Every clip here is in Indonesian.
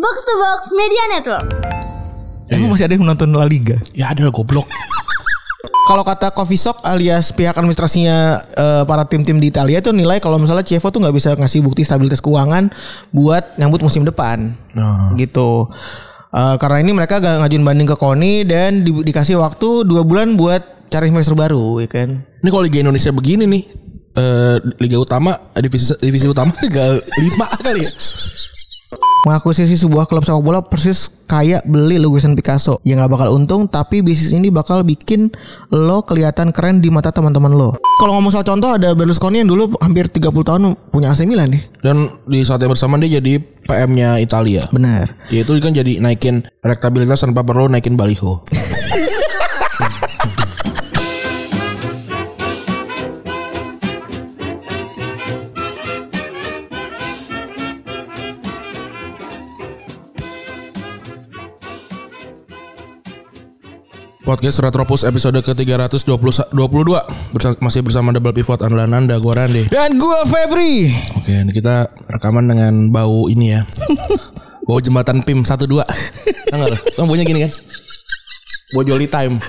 Box to Box Media Network. Emang masih ada yang nonton La Liga? Ya ada lah goblok. Kalau kata Coffee Shock alias pihak administrasinya para tim-tim di Italia itu nilai kalau misalnya Chievo tuh nggak bisa ngasih bukti stabilitas keuangan buat nyambut musim depan, gitu. Karena ini mereka gak ngajuin banding ke KONI dan dikasih waktu 2 bulan buat cari investor baru, ya kan? Ini kalau Liga Indonesia begini nih, Liga Utama, divisi utama tinggal 5 kali ya. Mengakuisisi sebuah klub sepak bola persis kayak beli lukisan Picasso. Ya gak bakal untung, tapi bisnis ini bakal bikin lo kelihatan keren di mata teman-teman lo. Kalau ngomong soal contoh, ada Berlusconi yang dulu hampir 30 tahun punya AC Milan nih. Dan di saat yang bersamaan dia jadi PM-nya Italia. Benar. Ya itu kan jadi naikin elektabilitas tanpa perlu naikin baliho. Podcast Retropus episode ke-322 masih bersama Double Pivot andalan Anda, gue Randy. Dan gue Febri. Oke, ini kita rekaman dengan bau ini ya. Bau jembatan PIM 12. Tahu enggak lo? Kan baunya gini kan? Bau Jolly Time.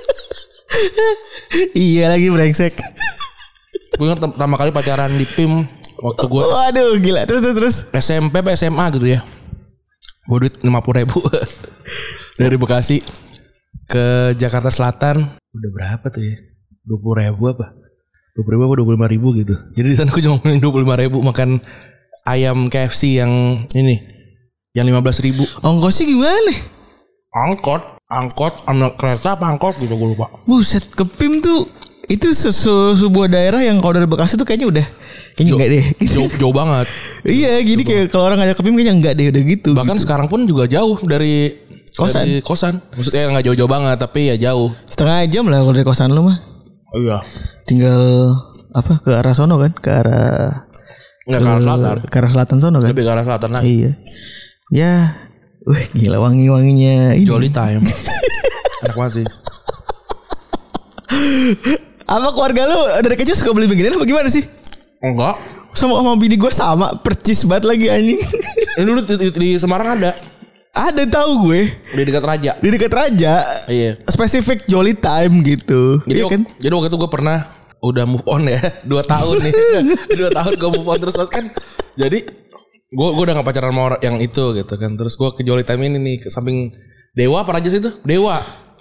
Iya lagi brengsek. Gue ingat pertama kali pacaran di PIM waktu gue Waduh gila. Terus SMP apa SMA gitu ya. Gue duit 50.000 dari Bekasi ke Jakarta Selatan. Udah berapa tuh ya? 20.000 apa? 20.000 apa 25.000 gitu. Jadi di sana gue cuma 25.000 makan ayam KFC yang ini, yang 15.000. Ongkosnya gimana? Angkot, anak kereta apa angkot gitu gue lupa. Buset, ke PIM tuh itu sebuah daerah yang kalau dari Bekasi tuh kayaknya enggak deh. Jauh banget. Iya, gini kayak kalau orang ngajak ke PIM kayaknya enggak deh, udah gitu. Bahkan gitu. sekarang pun juga jauh dari kosan. Maksudnya enggak jauh-jauh banget, tapi ya jauh. Setengah jam lah kalau dari kosan lu mah. Oh iya. Tinggal apa ke arah sono kan? Ke arah enggak ke arah selatan. Ke arah selatan sono kan? Lebih ke arah selatan lah. Iya. Ya, gila wangi-wanginya ini. Jolly Time. Enak banget sih. Apa keluarga lu dari kecil suka beli beginian apa gimana sih? Enggak. Sama bini gue sama, percis banget lagi anjing. Ini dulu di Semarang ada. Ada tahu gue. Di dekat Raja. Di dekat Raja. Iya. Spesifik Jolly Time gitu. Jadi, iya kan? Jadi waktu itu gue pernah udah move on ya 2 tahun nih. 2 tahun gue move on terus kan. Jadi gue udah gak pacaran sama orang yang itu gitu kan. Terus gue ke Jolly Time ini nih ke samping Dewa apa Raja sih itu? Dewa.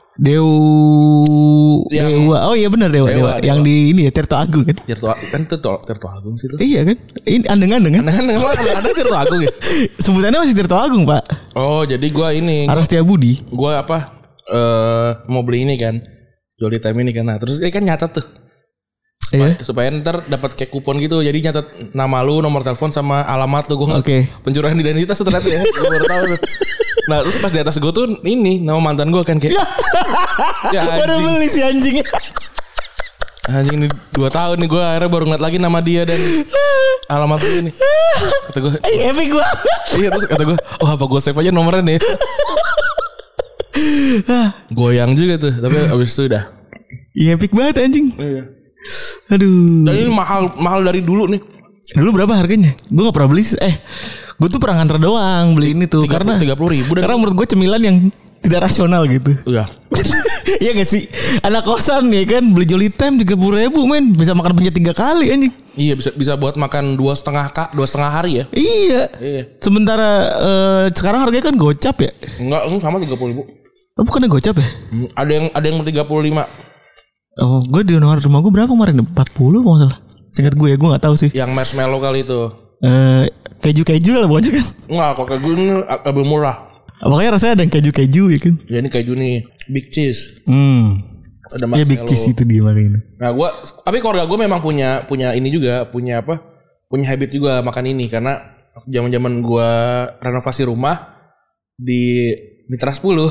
Oh iya benar Dewa. Yang di ini ya Tirto Agung kan. Tirto Agung sih itu. Iya kan. Ini andeng-andeng kan. Ada Tirto Agung ya. Sebutannya masih Tirto Agung pak. Oh jadi gue ini Arastia Budi. Gue apa mau beli ini kan Jolly Time ini kan. Nah terus ini kan nyatat tuh supaya ntar dapat kayak kupon gitu. Jadi nyatat nama lu, nomor telepon sama alamat lu. Gue pencurian identitas tuh ternyata ya. Gue baru tahu tuh. Nah terus pas di atas gue tuh ini nama mantan gue kan kayak ya baru beli si anjing. Anjing ini 2 tahun nih gue akhirnya baru ngeliat lagi nama dia dan alamat gue nih. Kata gue epic gue. Iya terus kata gue apa gue save aja nomornya nih. Goyang juga tuh. Tapi abis itu udah epic banget anjing. Iya. Aduh. Dan ini mahal dari dulu nih. Dulu berapa harganya? Gue gak pernah beli gue tuh pernah nganter doang beli ini tuh 30.000 karena menurut gue cemilan yang tidak rasional gitu. Iya. Iya gak sih? Anak kosan ya kan beli Jolly Time 30.000 men, bisa makan punya 3 kali anjing. Iya bisa buat makan 2,5 hari ya. Iya. Sementara sekarang harganya kan gocap ya. Enggak sama 30.000. Oh bukannya gocap ya? Ada yang 35. Oh gue di rumah gue berapa kemarin? 40 kalau nggak salah. Seingat gue ya, gue nggak tahu sih. Yang marshmallow kali itu. Keju lah pokoknya kan. Enggak, kalau keju ini lebih murah. Makanya rasanya ada yang keju ya kan. Ya ini keju nih, big cheese. Ada marshmallow. Ya big cheese itu dia makanya. Nah tapi keluarga gue memang punya ini juga, punya habit juga makan ini karena zaman gue renovasi rumah di Mitra 10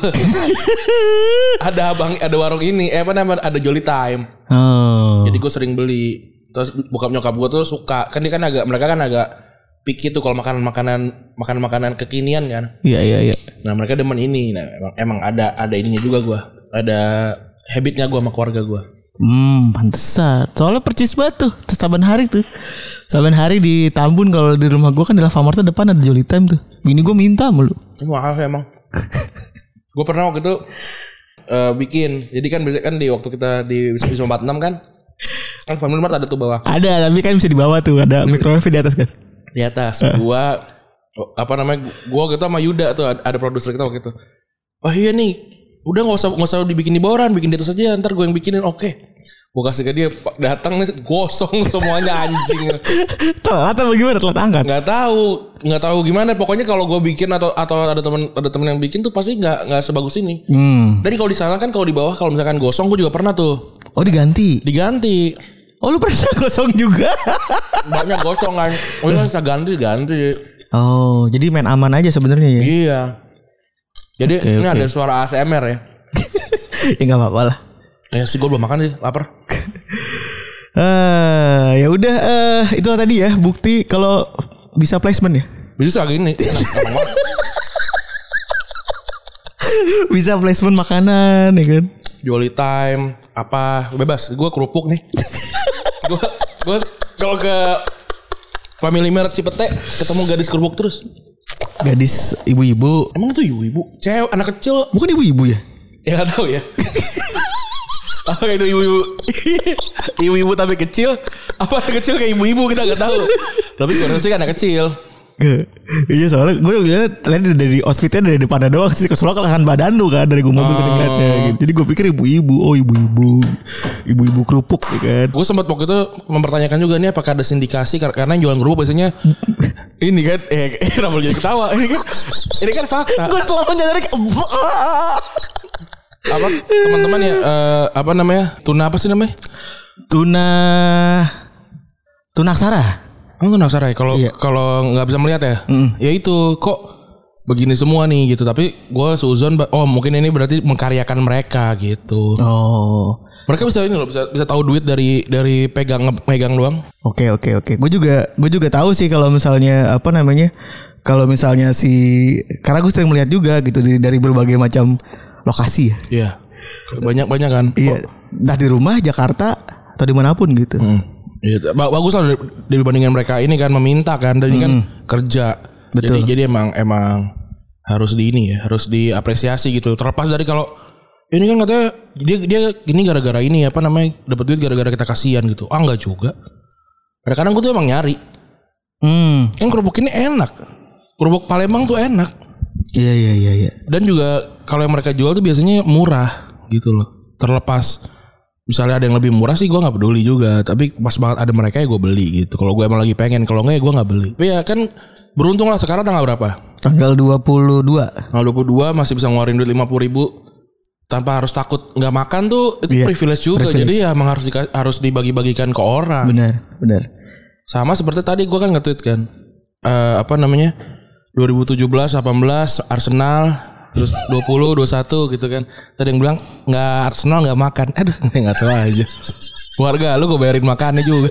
ada warung ini ada Jolly Time. Jadi gue sering beli. Terus bokap nyokap gue tuh suka kan dia kan mereka kan agak picky tuh kalau makanan kekinian kan. Iya. Nah mereka demen ini. Nah emang ada ininya juga gue. Ada habitnya gue sama keluarga gue. Pantesan. Soalnya percis banget tuh saban hari di Tambun kalau di rumah gue kan di Alfamart depan ada Jolly Time tuh. Bini gue minta mulu. Ini mahal sih emang. Gue pernah waktu itu bikin. Jadi kan biasanya kan di waktu kita di Wisma 46 kan Family Mart ada tuh bawah. Ada, tapi kan bisa di bawah tuh, ada microwave di atas kan. Di atas. Gua gitu sama Yuda tuh ada produser kita waktu itu. Oh iya nih, udah nggak usah dibikin di bawah, bikin di atas aja. Ntar gue yang bikinin. Oke. Gue kasih ke dia, datang nih gosong semuanya anjing. Telat apa gimana? Telat angkat? Nggak tahu gimana. Pokoknya kalau gue bikin atau ada teman yang bikin tuh pasti nggak sebagus ini. Dari kalau di sana kan kalau di bawah kalau misalkan gosong gue juga pernah tuh. Oh diganti. Oh lu pernah gosong juga? Banyak gosong kan. Oh ini bisa ganti. Oh jadi main aman aja sebenarnya ya? Iya. Jadi ini ada suara ASMR ya. Ya nggak apa-apa lah. Ya sih gue belum makan sih, lapar. Ya udah itu tadi ya bukti kalau bisa placement ya. Bisa gini. Bisa placement makanan ya kan. Jolly time apa bebas. Gue kerupuk nih. gue kalau ke Family Mart Cipete ketemu gadis kerupuk terus. Gadis ibu-ibu. Emang itu ibu-ibu? Cewek anak kecil. Bukan ibu-ibu ya? Ya gak tahu ya. Apa itu ibu-ibu? Ibu-ibu tapi kecil. Apa anak kecil kayak ibu-ibu kita gak tahu. Tapi gue rasa sih anak kecil. Iya soalnya gue lihat dari outfitnya dari depannya doang sih. Kesoalnya kelahan badan lu kan dari gue mobil ketinggalannya gitu. Jadi gue pikir ibu-ibu. Oh ibu-ibu kerupuk ya kan. Gue sempat waktu itu mempertanyakan juga nih apakah ada sindikasi karena yang jualan kerupuk biasanya ini kan kenapa jadi ketawa ini kan fakta. Gue setelah menyadari apa teman-teman ya apa namanya tuna apa sih namanya tuna aksara. Tuna aksara ya kalau nggak bisa melihat ya ya itu kok begini semua nih gitu. Tapi gue seuzon mungkin ini berarti mengkaryakan mereka gitu. Mereka bisa ini loh bisa tahu duit dari megang doang. Oke. Gue juga tahu sih kalau misalnya apa namanya kalau misalnya karena gue sering melihat juga gitu dari berbagai macam lokasi ya. Iya. Banyak kan. Iya. Entah di rumah Jakarta atau dimanapun gitu. Iya. Bagus lah dibandingkan mereka ini kan meminta kan dan ini kan kerja. Betul. Jadi emang harus harus diapresiasi gitu. Terlepas dari kalau ini kan katanya dia gini gara-gara ini apa namanya dapat duit gara-gara kita kasihan gitu. Enggak juga. Kadang-kadang gue tuh emang nyari. Kan kerupuk ini enak. Kerupuk Palembang tuh enak. Iya. Dan juga kalau yang mereka jual tuh biasanya murah gitu loh. Terlepas misalnya ada yang lebih murah sih gue nggak peduli juga. Tapi pas banget ada mereka ya gue beli gitu. Kalau gue emang lagi pengen, kalau nggak ya gue nggak beli. Tapi ya kan beruntung lah sekarang tanggal berapa? Tanggal 22. Tanggal 22 masih bisa ngeluarin duit 50.000 tanpa harus takut nggak makan tuh itu privilege juga. Jadi ya emang harus dibagi-bagikan ke orang. Benar. Sama seperti tadi gue kan nge-tweet kan apa namanya 2017, 18 Arsenal, terus 20, 21 gitu kan. Tadi yang bilang nggak Arsenal nggak makan. Aduh nggak tahu aja. Keluarga lu gue bayarin makannya juga.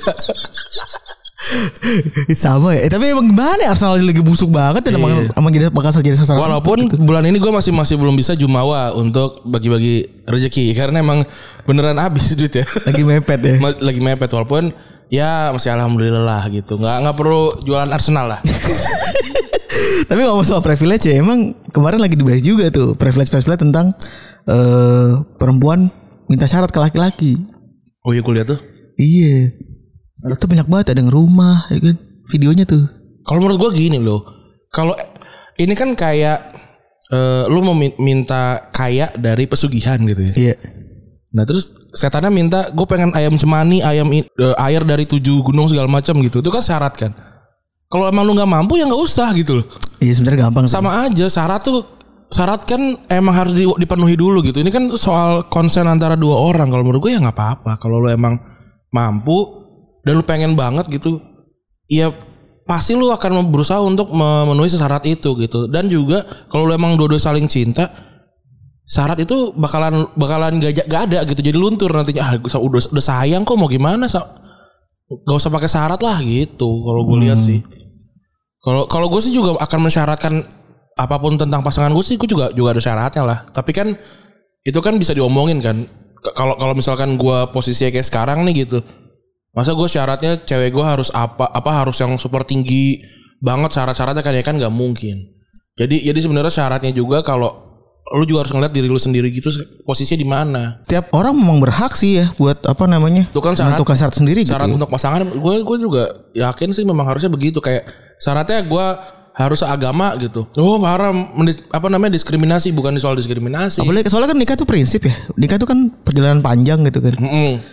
Sama ya. Tapi emang gimana Arsenal lagi busuk banget dan emang bakal jadi sasaran. Walaupun gitu. Bulan ini gue masih belum bisa jumawa untuk bagi-bagi rezeki karena emang beneran habis duit ya. Lagi mepet ya. Lagi mepet walaupun ya masih alhamdulillah gitu. Nggak perlu jualan Arsenal lah. Tapi ngomong soal privilege ya, emang kemarin lagi dibahas juga tuh privilege tentang perempuan minta syarat ke laki-laki. Oh iya gue lihat tuh. Iya. Itu banyak banget ada yang rumah ya kan videonya tuh. Kalau menurut gue gini loh. Kalau ini kan kayak lu mau minta kaya dari pesugihan gitu ya. Iya. Nah terus setannya minta gue pengen ayam cemani, air dari 7 gunung segala macam gitu. Itu kan syarat kan. Kalau emang lu nggak mampu ya nggak usah gitu loh. Iya sebenarnya gampang. Sama aja syarat kan emang harus dipenuhi dulu gitu. Ini kan soal konsen antara dua orang. Kalau menurut gue ya nggak apa-apa. Kalau lu emang mampu dan lu pengen banget gitu, ya pasti lu akan berusaha untuk memenuhi syarat itu gitu. Dan juga kalau lu emang dua-dua saling cinta, syarat itu bakalan gak ada gitu. Jadi luntur nantinya. Udah sayang kok mau gimana? Gak usah pakai syarat lah gitu. Kalau gue lihat sih. Kalau gue sih juga akan mensyaratkan apapun tentang pasangan gue sih. Gue juga ada syaratnya lah. Tapi kan itu kan bisa diomongin kan. Kalau misalkan gue posisinya kayak sekarang nih gitu. Masa gue syaratnya cewek gue harus apa harus yang super tinggi banget syarat-syaratnya kan ya kan nggak mungkin. Jadi sebenarnya syaratnya juga kalau lu juga harus ngeliat diri lu sendiri gitu posisinya di mana. Tiap orang memang berhak sih ya buat apa namanya? Itu kan syarat, menentukan syarat sendiri syarat gitu. Untuk pasangan gue juga yakin sih memang harusnya begitu, kayak syaratnya gue harus agama gitu. Oh, haram diskriminasi, bukan soal diskriminasi. Apalagi soalnya kan nikah tuh prinsip ya. Nikah tuh kan perjalanan panjang gitu kan.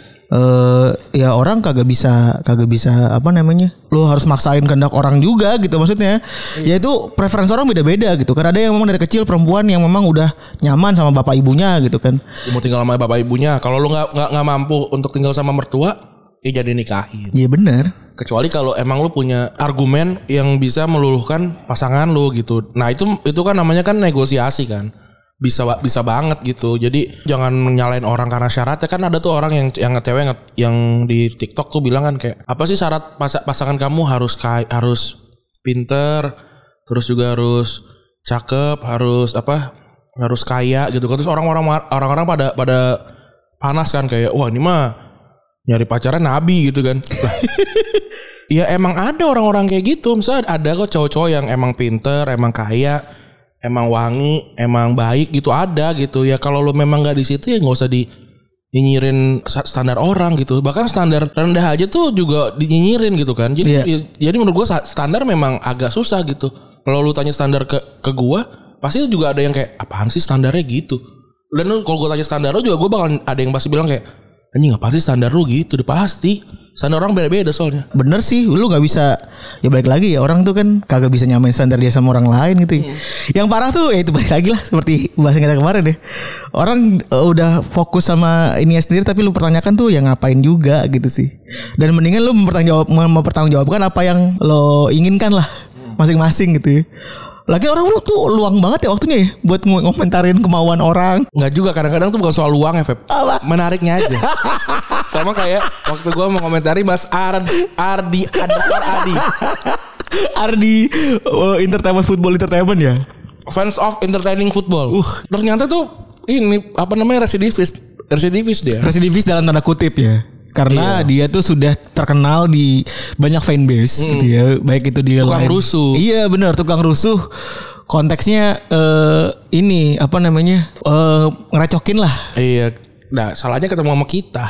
Ya orang kagak bisa apa namanya, lo harus maksain kehendak orang juga gitu maksudnya. Ya itu preferensi orang beda-beda gitu kan. Ada yang memang dari kecil perempuan yang memang udah nyaman sama bapak ibunya gitu kan, mau tinggal sama bapak ibunya. Kalau lo nggak mampu untuk tinggal sama mertua, ya jadi nikahin. Iya benar. Kecuali kalau emang lo punya argumen yang bisa meluluhkan pasangan lo gitu. Nah itu kan namanya kan negosiasi kan. Bisa banget gitu. Jadi jangan nyalain orang karena syaratnya. Kan ada tuh orang yang cewek yang di TikTok tuh bilang kan kayak, apa sih syarat pasangan kamu? Harus pinter, terus juga harus cakep, harus kaya gitu. Terus orang-orang pada panas kan kayak, wah ini mah nyari pacaran nabi gitu kan. Ya emang ada orang-orang kayak gitu. Misalnya ada kok cowok-cowok yang emang pinter, emang kaya, emang wangi, emang baik gitu, ada gitu. Ya kalau lo memang nggak di situ ya nggak usah nyinyirin standar orang gitu. Bahkan standar rendah aja tuh juga dinyinyirin gitu kan. Jadi menurut gue standar memang agak susah gitu. Kalau lu tanya standar ke gue, pasti juga ada yang kayak, apaan sih standarnya gitu. Dan kalau gue tanya standar lu juga, gue bakal ada yang pasti bilang kayak, anjing apa sih standar lu gitu. Udah pasti standar orang beda-beda soalnya. Bener sih, lu gak bisa. Ya balik lagi ya, orang tuh kan kagak bisa nyamain standar dia sama orang lain gitu. Yang parah tuh ya itu balik lagi lah, seperti bahasan kita kemarin deh. Orang udah fokus sama ininya sendiri, tapi lu pertanyakan tuh yang ngapain juga gitu sih. Dan mendingan lu mempertanggungjawabkan apa yang lo inginkan lah masing-masing gitu ya. Lagi orang lu tuh luang banget ya waktunya ya buat ngomentarin kemauan orang. Enggak juga, kadang-kadang tuh bukan soal luang ya, Feb. Apa? Menariknya aja. Sama kayak waktu gue mau komentari Mas Ardi Entertainment Football Entertainment ya. Fans of Entertaining Football. Ternyata tuh ini apa namanya residivis dia. Residivis dalam tanda kutip ya. Karena dia tuh sudah terkenal di banyak fanbase gitu ya. Baik itu dia tukang rusuh. Iya benar, tukang rusuh. Konteksnya ini apa namanya? Ngerecokin lah. Iya. Nah, salahnya ketemu sama kita.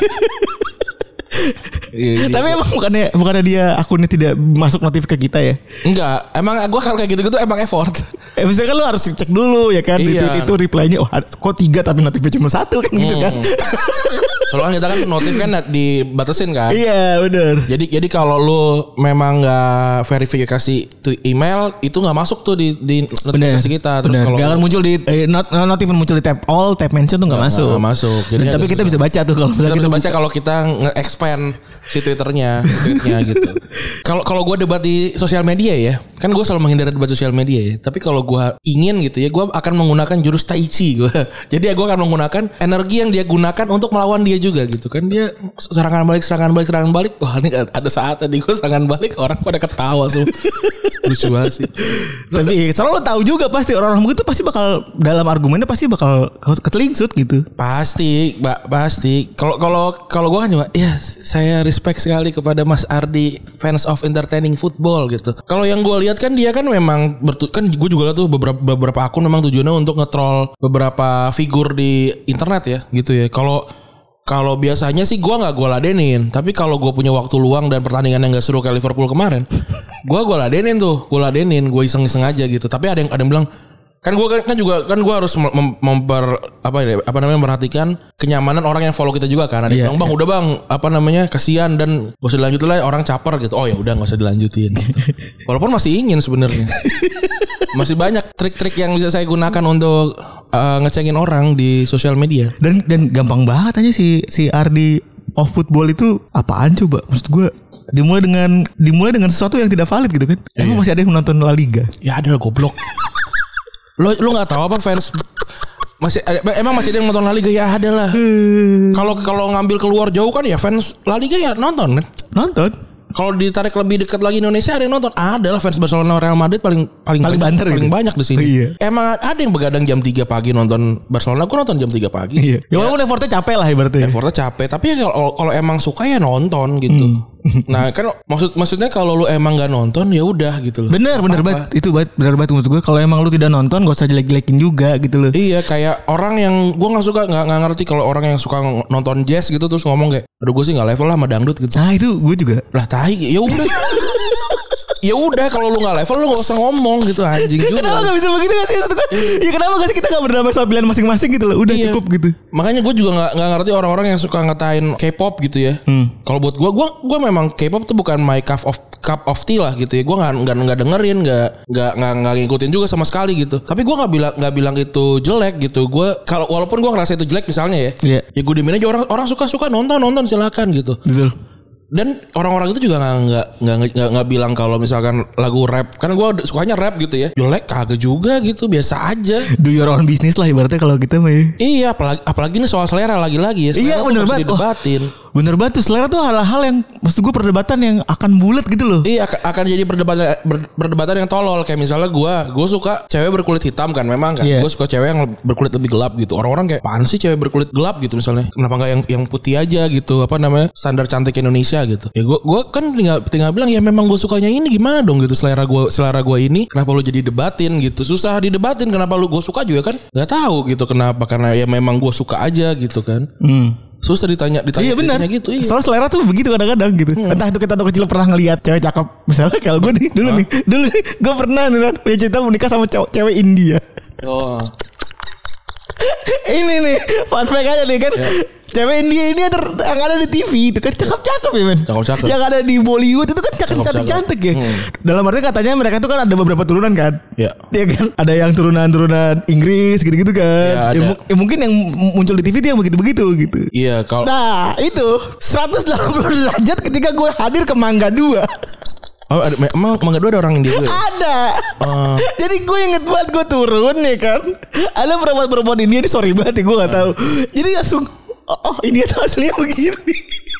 Tapi emang bukannya dia akunnya tidak masuk notif ke kita ya? Enggak, emang gue kalau kayak gitu-gitu emang effort. Misalnya kan lu harus cek dulu ya kan. Iya. Itu reply-nya kok 3 tapi notifnya cuma 1 kan gitu kan. Soalnya kita kan notif kan dibatasin kan. Iya benar. Jadi kalau lu memang nggak verifikasi tuh email, itu nggak masuk tuh di notifikasi kita. Terus kalau nggak akan muncul di notif muncul di tab all, tab mention tuh nggak masuk. Nggak masuk. Jadi tapi kita bisa baca tuh kalau misalnya kita bisa baca kalau kita nge-expand si tweetnya gitu. Kalau gue debat di sosial media ya, kan gue selalu menghindari debat sosial media ya. Tapi kalau gue ingin gitu ya, gue akan menggunakan jurus tai chi gue. Jadi gue akan menggunakan energi yang dia gunakan untuk melawan dia juga gitu kan. Dia serangan balik. Wah ini ada saat tadi gue serangan balik, orang pada ketawa tuh. Lucu banget sih. Tapi selalu tahu juga pasti orang-orang begitu pasti bakal dalam argumennya pasti bakal ketelingsut gitu. Pasti. Kalau gue kan cuma ya saya respect sekali kepada Mas Ardi, fans of Entertaining Football gitu. Kalau yang gue lihat kan dia kan memang kan gue juga lihat tuh beberapa akun memang tujuannya untuk nge-troll beberapa figur di internet ya gitu ya. Kalau biasanya sih gue nggak gue ladenin, tapi kalau gue punya waktu luang dan pertandingan yang nggak seru kayak Liverpool kemarin, gue ladenin, gue iseng-iseng aja gitu. Tapi ada yang bilang kan gue harus memperhatikan kenyamanan orang yang follow kita juga kan. Ada yang bilang, bang udah bang kesian dan gak usah dilanjutin lah, orang caper gitu. Oh ya udah gak usah dilanjutin gitu. Walaupun masih ingin sebenarnya. Masih banyak trik-trik yang bisa saya gunakan untuk ngecengin orang di sosial media. Dan gampang banget aja si Ardi of Football itu apaan coba? Maksud gue dimulai dengan sesuatu yang tidak valid gitu kan. Emang masih ada yang menonton La Liga? Ya ada lah goblok. Lu nggak tahu apa fans masih ada yang nonton La Liga? Ya ada lah. Kalau ngambil keluar jauh kan ya fans La Liga ya nonton kan. Nonton. Kalau ditarik lebih dekat lagi Indonesia ada yang nonton. Ada lah fans Barcelona Real Madrid paling banter paling gitu. Banyak di sini. Iya. Emang ada yang begadang jam 3 pagi nonton Barcelona. Aku nonton jam 3 pagi. Iya. Ya walaupun effortnya capek lah ibaratnya. Effortnya capek, tapi ya kalau emang suka ya nonton gitu. Nah kan maksudnya kalau lu emang nggak nonton ya udah gitu loh. Bener banget. Itu bener banget maksud gue. Kalau emang lu tidak nonton gak usah jelek-jelekin juga gitu loh. Iya kayak orang yang gue nggak suka nggak ngerti kalau orang yang suka nonton jazz gitu terus ngomong kayak, aduh gue sih nggak level lah sama dangdut gitu. Nah itu gue juga. Lah tai ya udah. Ya udah kalau lu nggak level lu nggak usah ngomong gitu anjing juga. Kenapa gak bisa begitu gak sih? Ya kenapa gak sih kita gak bernama pilihan masing-masing gitu loh. Udah cukup gitu. Makanya gue juga nggak ngerti orang-orang yang suka ngatain K-pop gitu ya. Kalau buat gue memang K-pop tuh bukan my cup of tea lah gitu ya. Gue nggak dengerin, nggak ngikutin juga sama sekali gitu. Tapi gue nggak bilang itu jelek gitu. Gue kalau walaupun gue ngerasa itu jelek misalnya ya, ya gue dimin aja orang suka nonton silakan gitu. Betul. Dan orang-orang itu juga nggak bilang kalau misalkan lagu rap, karena gue sukanya rap gitu ya, jelek kagak juga gitu, biasa aja. Do your own business lah ibaratnya kalau kita mah. Iya, apalagi ini soal selera lagi-lagi ya. Iya benar banget. Didebatin. Bener banget tuh, selera tuh hal-hal yang maksud gue perdebatan yang akan bulat gitu loh. Iya akan jadi perdebatan yang tolol. Kayak misalnya gue suka cewek berkulit hitam kan, memang kan. Gue suka cewek yang berkulit lebih gelap gitu. Orang-orang kayak apaan sih cewek berkulit gelap gitu misalnya. Kenapa gak yang putih aja gitu, apa namanya, standar cantik Indonesia gitu. Ya gue kan tinggal bilang ya memang gue sukanya ini, gimana dong gitu, selera gue ini. Kenapa lu jadi debatin gitu? Susah didebatin. Kenapa lu gue suka juga kan nggak tahu gitu kenapa, karena ya memang gue suka aja gitu kan. Susah ditanya iya benar gitu. Iya. Soal selera tuh begitu kadang-kadang gitu. Entah itu kita tuh kecil pernah ngelihat cewek cakep. Misalnya kalau gue nih dulu nih gue pernah nih punya cerita menikah sama cewek India. Oh. Ini nih fun fact aja nih kan. Cewek India ini yang ada di TV itu kan cakep-cakep ya men. Cakep-cakep. Yang ada di Bollywood itu kan cantik-cantik ya. Dalam arti katanya mereka tuh kan ada beberapa turunan kan. Iya. Iya kan. Ada yang turunan Inggris gitu-gitu kan. Ya, mungkin yang muncul di TV itu yang begitu-begitu gitu. Iya kalau. Nah itu 180 derajat ketika gue hadir ke Mangga 2. Oh, emang Mangga 2 ada orang India gue? Ada. Jadi gue inget banget gue turun nih kan. Ada perempuan India ini, sorry banget ya gue gak tahu. Jadi langsung India tuh aslinya begini.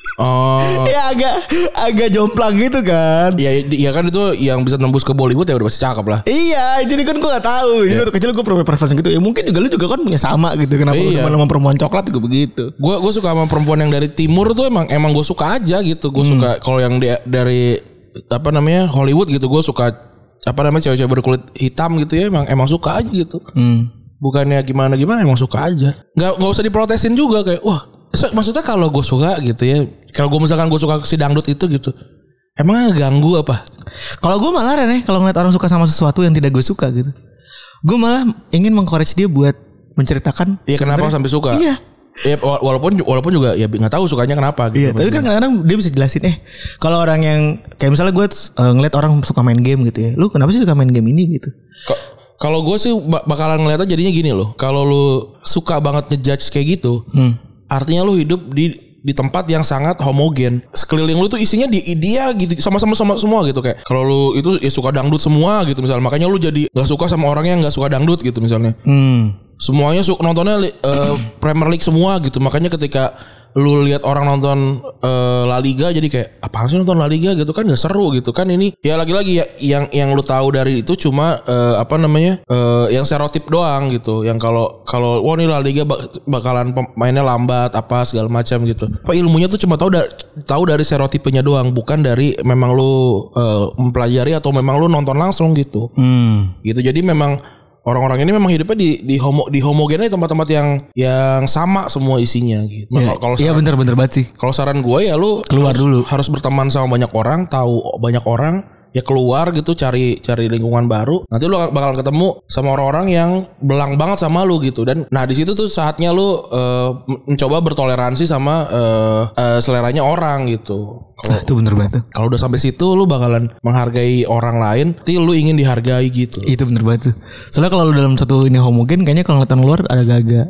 Ya agak jomplang gitu kan. Iya kan itu yang bisa nembus ke Bollywood ya udah pasti cakep lah. Iya, jadi kan gue gak tahu. Jadi waktu kecil gue preferensi gitu. Ya mungkin juga lu juga kan punya sama gitu. Kenapa lu cuma sama perempuan coklat juga begitu. Gue suka sama perempuan yang dari timur tuh emang gue suka aja gitu. Gue suka kalau yang dari apa namanya Hollywood gitu, gue suka apa namanya cewek-cewek berkulit hitam gitu ya, emang suka aja gitu. Bukannya gimana emang suka aja. Nggak usah diprotesin juga kayak wah maksudnya kalau gue suka gitu ya, kalau gue misalkan gue suka si dangdut itu gitu, emang ngeganggu apa? Kalau gue malah aneh kalau ngeliat orang suka sama sesuatu yang tidak gue suka gitu, gue malah ingin mengencourage dia buat menceritakan. Iya kenapa sampai suka? Iya. Ya walaupun juga ya nggak tahu sukanya kenapa gitu. Iya, tapi kan kadang-kadang dia bisa jelasin kalau orang yang kayak misalnya gue ngeliat orang suka main game gitu ya. Lu kenapa sih suka main game ini gitu? Kalau gue sih bakalan ngeliatnya jadinya gini loh. Kalau lu suka banget ngejudge kayak gitu, artinya lu hidup di tempat yang sangat homogen. Sekeliling lu tuh isinya dia gitu, sama-sama semua gitu kayak. Kalau lu itu ya suka dangdut semua gitu misalnya, makanya lu jadi nggak suka sama orang yang nggak suka dangdut gitu misalnya. Semuanya nontonnya Premier League semua gitu. Makanya ketika lu lihat orang nonton La Liga jadi kayak apaan sih nonton La Liga gitu kan nggak seru gitu kan. Ini ya lagi-lagi ya yang lu tahu dari itu cuma apa namanya yang stereotip doang gitu. Yang kalau wah ini La Liga bakalan mainnya lambat apa segala macam gitu. Apa ilmunya tuh cuma tahu dari stereotipnya doang, bukan dari memang lu mempelajari atau memang lu nonton langsung gitu. Gitu. Jadi memang orang-orang ini memang hidupnya di homogennya di tempat-tempat yang sama semua isinya gitu. Iya bener banget sih. Kalau saran gue ya lu keluar dulu. Harus berteman sama banyak orang, tahu banyak orang, ya keluar gitu, cari lingkungan baru. Nanti lu bakal ketemu sama orang-orang yang belang banget sama lu gitu. Dan nah di situ tuh saatnya lu mencoba bertoleransi sama seleranya orang gitu. Itu bener banget. Kalau udah sampai situ lu bakalan menghargai orang lain, nanti lu ingin dihargai gitu. Itu bener banget tuh. Soalnya kalau lu dalam satu ini homogen, kayaknya kalau ngeliatan luar agak-agak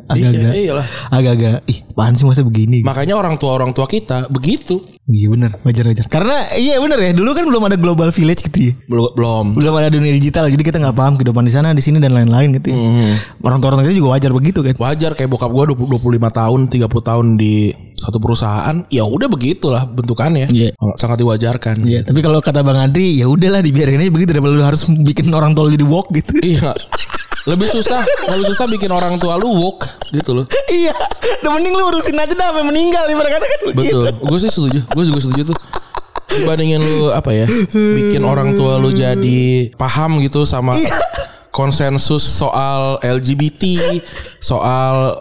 apaan sih masa begini. Makanya orang tua kita begitu. Iya bener, wajar. Karena iya bener ya, dulu kan belum ada global village gitu ya. Belum ada dunia digital, jadi kita nggak paham kehidupan di sana, di sini dan lain-lain gitu. Orang tua kita juga wajar begitu kan. Wajar kayak bokap gue 25 tahun, 30 tahun di satu perusahaan, ya udah begitulah bentukannya. Sangat diwajarkan. Iya, tapi kalau kata Bang Andri, ya udahlah dibiarin aja begitu daripada lu harus bikin orang tua jadi woke gitu. Iya. Lebih susah bikin orang tua lu woke gitu loh. Iya. Udah mending lu urusin aja dah sampai meninggal ibarat kata kan. Betul. Gue sih setuju. Gue juga setuju tuh. Dibandingin lu apa ya, bikin orang tua lu jadi paham gitu sama konsensus soal LGBT, soal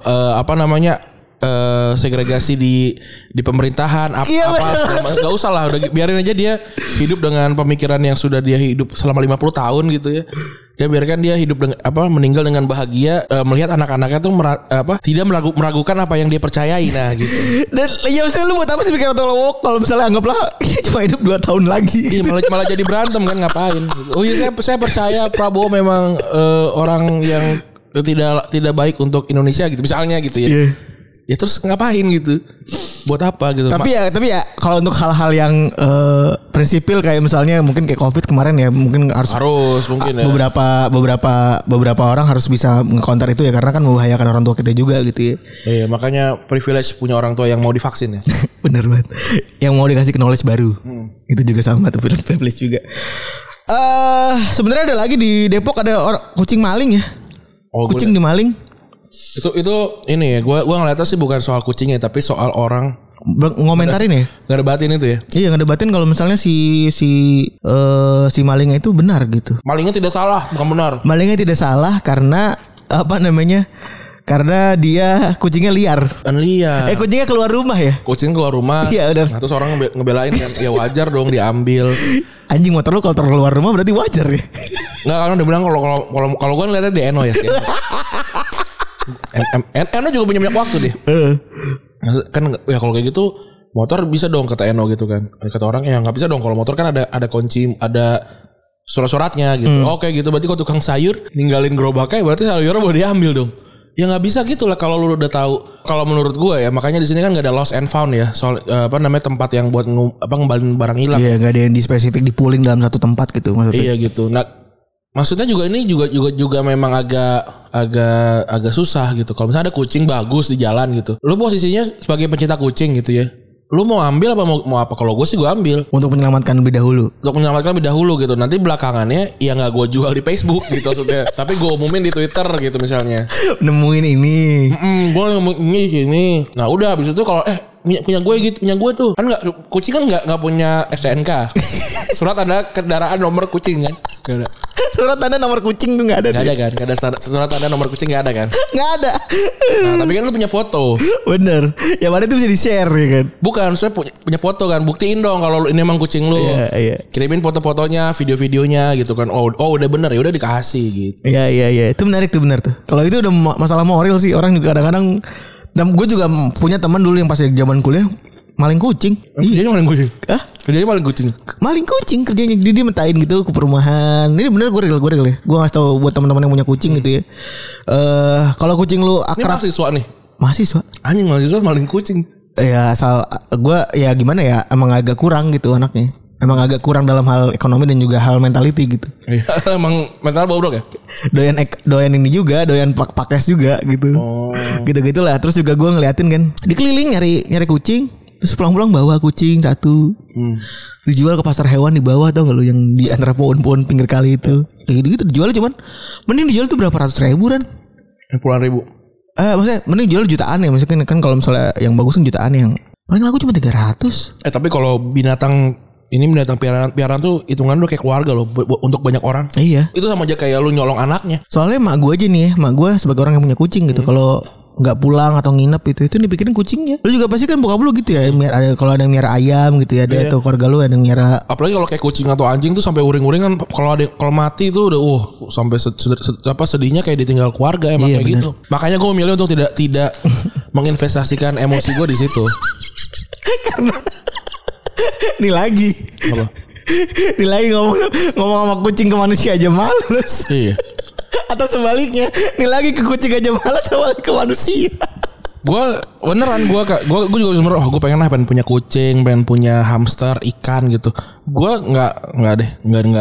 segregasi di pemerintahan apa nggak usah lah, udah biarin aja dia hidup dengan pemikiran yang sudah dia hidup selama 50 tahun gitu ya. Dia biarkan dia hidup dengan meninggal dengan bahagia, melihat anak-anaknya tuh tidak meragukan apa yang dia percayai, nah gitu. Dan ya misalnya lu buat apa sih bikin otolowok kalau misalnya anggaplah cuma hidup 2 tahun lagi. Iya, malah jadi berantem kan, ngapain? Oh iya, saya percaya Prabowo memang orang yang tidak baik untuk Indonesia gitu misalnya gitu ya. Yeah. Ya terus ngapain gitu? Buat apa gitu? Tapi ya kalau untuk hal-hal yang prinsipil kayak misalnya mungkin kayak Covid kemarin ya, mungkin harus mungkin ya. Beberapa orang harus bisa nge-counter itu ya, karena kan membahayakan orang tua kita juga gitu ya. Iya, makanya privilege punya orang tua yang mau divaksin ya. Bener banget. Yang mau dikasih knowledge baru. Itu juga sama tuh, privilege juga. Sebenarnya ada lagi di Depok, ada kucing maling ya. Kucing dimaling. Itu ini ya, gua ngeliatnya sih bukan soal kucingnya tapi soal orang ngomentarin ya, ngedebatin itu ya. Iya, ngedebatin kalau misalnya si malingnya itu benar gitu. Malingnya tidak salah, bukan benar. Malingnya tidak salah karena karena dia kucingnya liar. Kucingnya keluar rumah ya. Kucing keluar rumah. Iya udah. Nah, terus orang ngebelain kan, ya wajar dong diambil. Anjing, motor lu kalau keluar rumah berarti wajar ya. Nggak, karena udah bilang kalau gue ngeliatnya di Eno ya. Eno juga punya banyak waktu deh. Kan ya kalau kayak gitu motor bisa dong kata Eno gitu kan. Kata orang ya nggak bisa dong, kalau motor kan ada kunci, ada surat-suratnya gitu. Oke gitu, berarti kalau tukang sayur ninggalin gerobaknya berarti sayurnya boleh diambil dong. Ya nggak bisa gitu lah kalau lu udah tahu. Kalau menurut gue ya, makanya di sini kan nggak ada lost and found ya. Soal tempat yang buat ngembalin barang hilang. Iya, nggak ada yang di spesifik dipooling dalam satu tempat gitu maksudnya. Iya gitu. Nah, maksudnya juga ini juga memang agak susah gitu. Kalau misalnya ada kucing bagus di jalan gitu, lu posisinya sebagai pencinta kucing gitu ya, lu mau ambil apa mau apa? Kalau gue sih gue ambil untuk menyelamatkan lebih dahulu gitu. Nanti belakangannya ya nggak gue jual di Facebook gitu maksudnya, tapi gue umumin di Twitter gitu misalnya. Nemuin ini, gue nemuin ini. Nah udah habis itu kalau punya gue tuh kan kucing kan nggak punya STNK, surat ada kendaraan nomor kucing kan. Gak ada. Surat tanda nomor kucing tuh gak ada. Gak ada kan? Gak ada surat tanda nomor kucing, gak ada kan? Gak ada. Nah tapi kan lu punya foto. Bener. Yang mana itu bisa di share ya kan? Bukan, saya punya foto kan. Buktiin dong kalau ini emang kucing lu. Iya. Kirimin foto-fotonya, video-videonya gitu kan. Oh udah bener ya, udah dikasih gitu. Iya. Itu menarik tuh, bener tuh. Kalau itu udah masalah moral sih. Orang juga kadang-kadang. Dan gue juga punya teman dulu yang pas zaman kuliah maling kucing. Iya, maling kucing. Hah? Kerjanya maling kucing. Maling kucing kerjanya, dia mentain gitu ke perumahan. Ini bener gue real ya. Gue ngasih tahu buat teman-teman yang punya kucing gitu ya. Kalau kucing lu akrab. Ini mahasiswa nih. Mahasiswa. Anjing, mahasiswa maling kucing. Ya asal gue ya gimana ya, emang agak kurang gitu anaknya. Emang agak kurang dalam hal ekonomi dan juga hal mentality gitu. Iya, emang mental bobrok ya. Doyan ini juga, doyan pakes juga gitu. Gitu-gitulah. Terus juga gue ngeliatin kan, dikeliling nyari kucing. Terus pulang-pulang bawa kucing satu, dijual ke pasar hewan di bawah, tau gak lu yang di antara pohon-pohon pinggir kali itu. Kayak gitu dijual, cuman mending dijual tuh berapa ratus ribu kan? Puluhan ribu. Maksudnya mending jual jutaan ya, maksudnya kan kalau misalnya yang bagus kan jutaan, yang paling laku cuma 300. Tapi kalau binatang piaraan tuh hitungan udah kayak keluarga loh untuk banyak orang. Iya. Itu sama aja kayak lu nyolong anaknya. Soalnya mak gue aja nih ya, mak gue sebagai orang yang punya kucing gitu, kalau nggak pulang atau nginep itu dipikirin kucingnya. Lu juga pasti kan bokap lu gitu ya, ada kalau ada yang miara ayam gitu ya, ada tuh keluarga lu ada yang miara. Apalagi kalau kayak kucing atau anjing tuh sampai uring-uring kan, kalau mati tuh udah sampai sedihnya kayak ditinggal keluarga emang kayak bener. Gitu. Makanya gue memilih untuk tidak menginvestasikan emosi gue di situ. Karena ini lagi. Apa? Ini lagi ngomong sama kucing ke manusia aja males. Iya. Atau sebaliknya, ini lagi ke kucing aja malas sama ke manusia. Gue beneran gue juga sebenarnya gue pengen punya kucing, pengen punya hamster, ikan gitu. Gue nggak deh,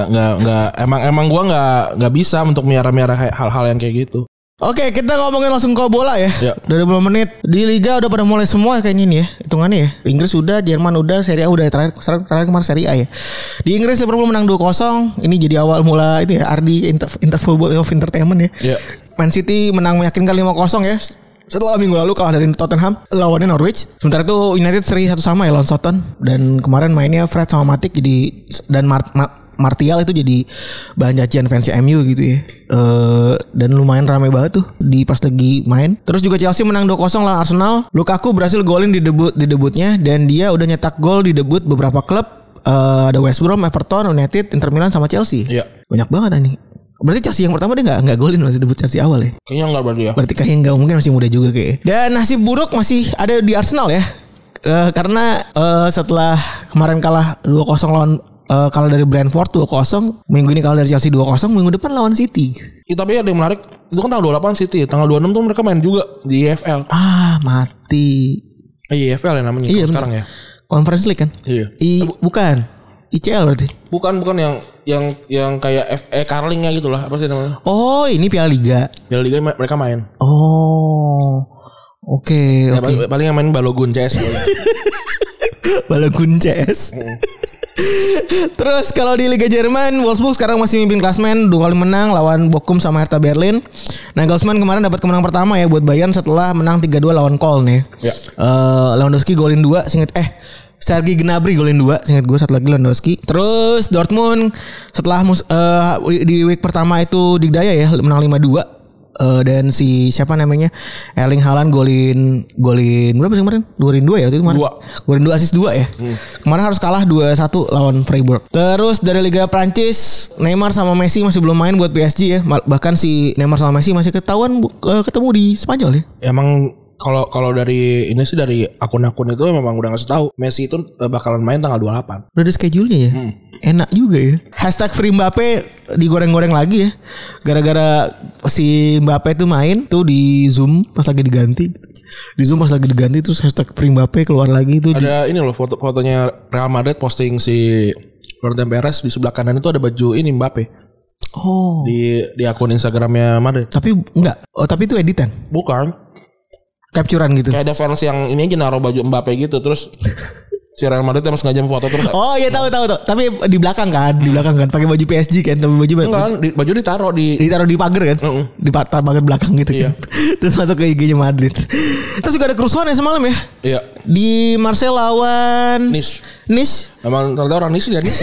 emang gue nggak bisa untuk miara hal-hal yang kayak gitu. Oke, kita ngomongin langsung ke bola ya. Udah 20 menit. Di Liga udah pada mulai semua kayaknya nih ya. Hitungannya ya. Inggris udah, Jerman udah, Serie A udah. Terakhir kemarin Serie A ya. Di Inggris Liverpool menang 2-0. Ini jadi awal mula itu ya, Ardi Interfootball of Entertainment ya. Yeah. Man City menang meyakinkan 5-0 ya. Setelah minggu lalu kalah dari Tottenham lawannya Norwich. Sementara itu United seri 1-1 ya lawan Southampton. Dan kemarin mainnya Fred sama Matic jadi dan Martial itu jadi bahan cacian fans MU gitu ya. Dan lumayan ramai banget tuh di pas lagi main. Terus juga Chelsea menang 2-0 lawan Arsenal. Lukaku berhasil golin di debutnya dan dia udah nyetak gol di debut beberapa klub. Ada West Brom, Everton, United, Inter Milan sama Chelsea. Iya. Banyak banget nih. Berarti Chelsea yang pertama dia nggak golin waktu debut Chelsea awal ya? Kayaknya enggak berarti ya. Berarti kayaknya nggak, mungkin masih muda juga kayak. Dan nasib buruk masih ada di Arsenal ya. Karena setelah kemarin kalah 2-0 lawan kalah dari Brentford 2-0, minggu ini kalah dari Chelsea 2-0, minggu depan lawan City. Ya, tapi ada yang menarik, itu kan tanggal 28 City, tanggal 26 tuh mereka main juga di EFL. Mati. EFL ya namanya sekarang ya. Conference League kan? Iya. Bukan. ICL berarti. Bukan yang kayak FA Carling-nya gitu lah, apa sih namanya? Oh, ini Piala Liga. Piala Liga mereka main. Oh. Oke. Paling yang main Balogun CS. Balogun CS. Terus kalau di Liga Jerman, Wolfsburg sekarang masih mimpin klasemen, 2 kali menang lawan Bochum sama Hertha Berlin. Nagelsmann kemarin dapat kemenangan pertama ya buat Bayern setelah menang 3-2 lawan Köln ya. Lewandowski golin 2, Sergi Gnabry golin 2, seingat gue satu lagi Lewandowski. Terus Dortmund setelah di week pertama itu digdaya ya, menang 5-2. Dan si siapa namanya Erling Haaland golin berapa sih kemarin? 2 ya itu kemarin. Golin 2 assist 2 ya. Kemarin harus kalah 2-1 lawan Freiburg. Terus dari Liga Prancis, Neymar sama Messi masih belum main buat PSG ya. Bahkan si Neymar sama Messi masih ketahuan ketemu di Spanyol ya. Emang kalau dari ini sih dari akun-akun itu memang udah ngasih tahu Messi itu bakalan main tanggal 28. Udah ada schedule-nya ya. Enak juga ya. #Free Mbappe digoreng-goreng lagi ya. Gara-gara si Mbappe tuh main tuh di Zoom pas lagi diganti. Di Zoom pas lagi diganti terus #Free Mbappe keluar lagi tuh. Ada ini loh fotonya Real Madrid posting si Florentino Perez di sebelah kanan itu ada baju ini Mbappe. Oh. Di akun Instagramnya Madrid. Tapi enggak. Oh, tapi itu editan. Bukan. Capturean gitu. Kayak ada fans yang ini aja naruh baju Mbappe gitu terus si Real Madrid emang sengaja foto terus. Oh iya tahu. Tapi di belakang kan, pakai baju PSG kan, tapi baju ditaruh di pagar kan. Di pagar belakang gitu kan. Terus masuk ke IG-nya Madrid. Terus juga ada kerusuhan ya semalam ya. Iya. Di Marseille lawan Nice. Emang ternyata orang Nice ya Nice.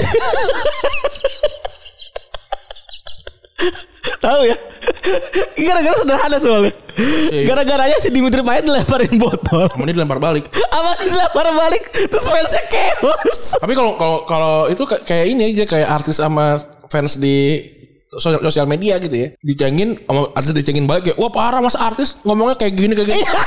Tahu ya. Gara-gara sederhana soalnya. Gara-garanya si Dimitri Payet dilemparin botol. Kemudian dilempar balik. Apa dilempar balik? Terus fansnya chaos. Tapi kalau itu kayak ini aja, kayak artis sama fans di sosial media gitu ya. Dicengin sama artis, dicengin balik kayak, wah parah mas artis ngomongnya kayak gini.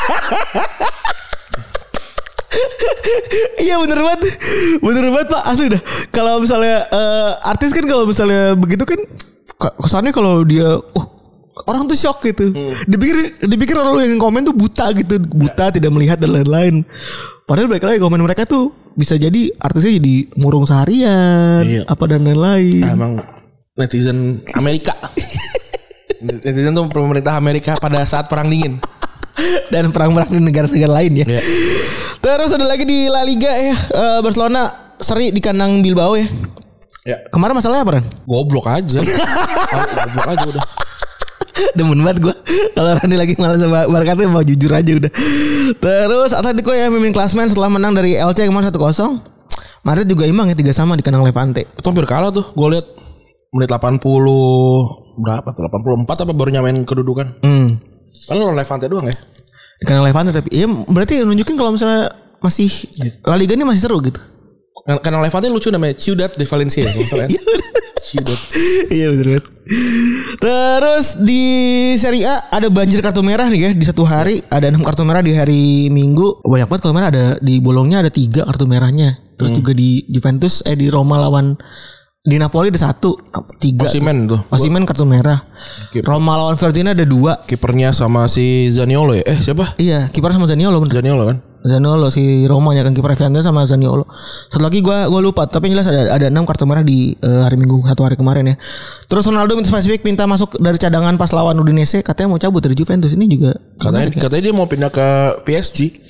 Iya bener banget Pak, asli dah. Kalau misalnya artis kan kalau misalnya begitu kan kesannya kalau dia orang tuh shock gitu. Dipikir orang yang komen tuh buta gitu, tidak melihat dan lain-lain. Padahal balik lagi komen mereka tuh bisa jadi artisnya jadi murung seharian, apa dan lain-lain. Emang netizen Amerika. Netizen tuh pemerintah Amerika pada saat perang dingin. Dan perang-perang di negara-negara lain ya. Terus ada lagi di La Liga ya, Barcelona seri di kandang Bilbao ya. Kemarin masalahnya apa Ran? Goblok aja udah. Demen banget gue kalau Rani lagi malas sama Barca tuh mau jujur aja udah. Terus Atletico ya mimpin klasemen setelah menang dari Elche kemarin 1-0. Madrid juga imbang ya 3-3 di kandang Levante. Itu hampir kalah tuh. Gue lihat menit 80 berapa tuh? 84 apa baru nyamain kedudukan. Kan lo Levante doang ya. Di kandang Levante tapi ya berarti nunjukin kalau misalnya masih La Liga ini masih seru gitu. Kandang Levante lucu namanya Ciudad de Valencia. Ciudad. Iya betul banget. Terus di Serie A ada banjir kartu merah nih ya. Di satu hari ada 6 kartu merah di hari Minggu. Banyak banget kartu merah, ada di bolongnya ada 3 kartu merahnya. Terus juga di Juventus di Roma lawan di Napoli ada 1, 3. Osimhen kartu merah. Roma lawan Fiorentina ada 2. Kipernya sama si Zaniolo ya? Siapa? Iya, kiper sama Zaniolo bener. Zaniolo kan? Zaniolo si Roma ya kan, kiper Fiorentina sama Zaniolo. Satu lagi gue lupa, tapi jelas ada 6 kartu merah di hari Minggu satu hari kemarin ya. Terus Ronaldo spesifik minta masuk dari cadangan pas lawan Udinese, katanya mau cabut dari Juventus. Ini juga katanya dia mau pindah ke PSG.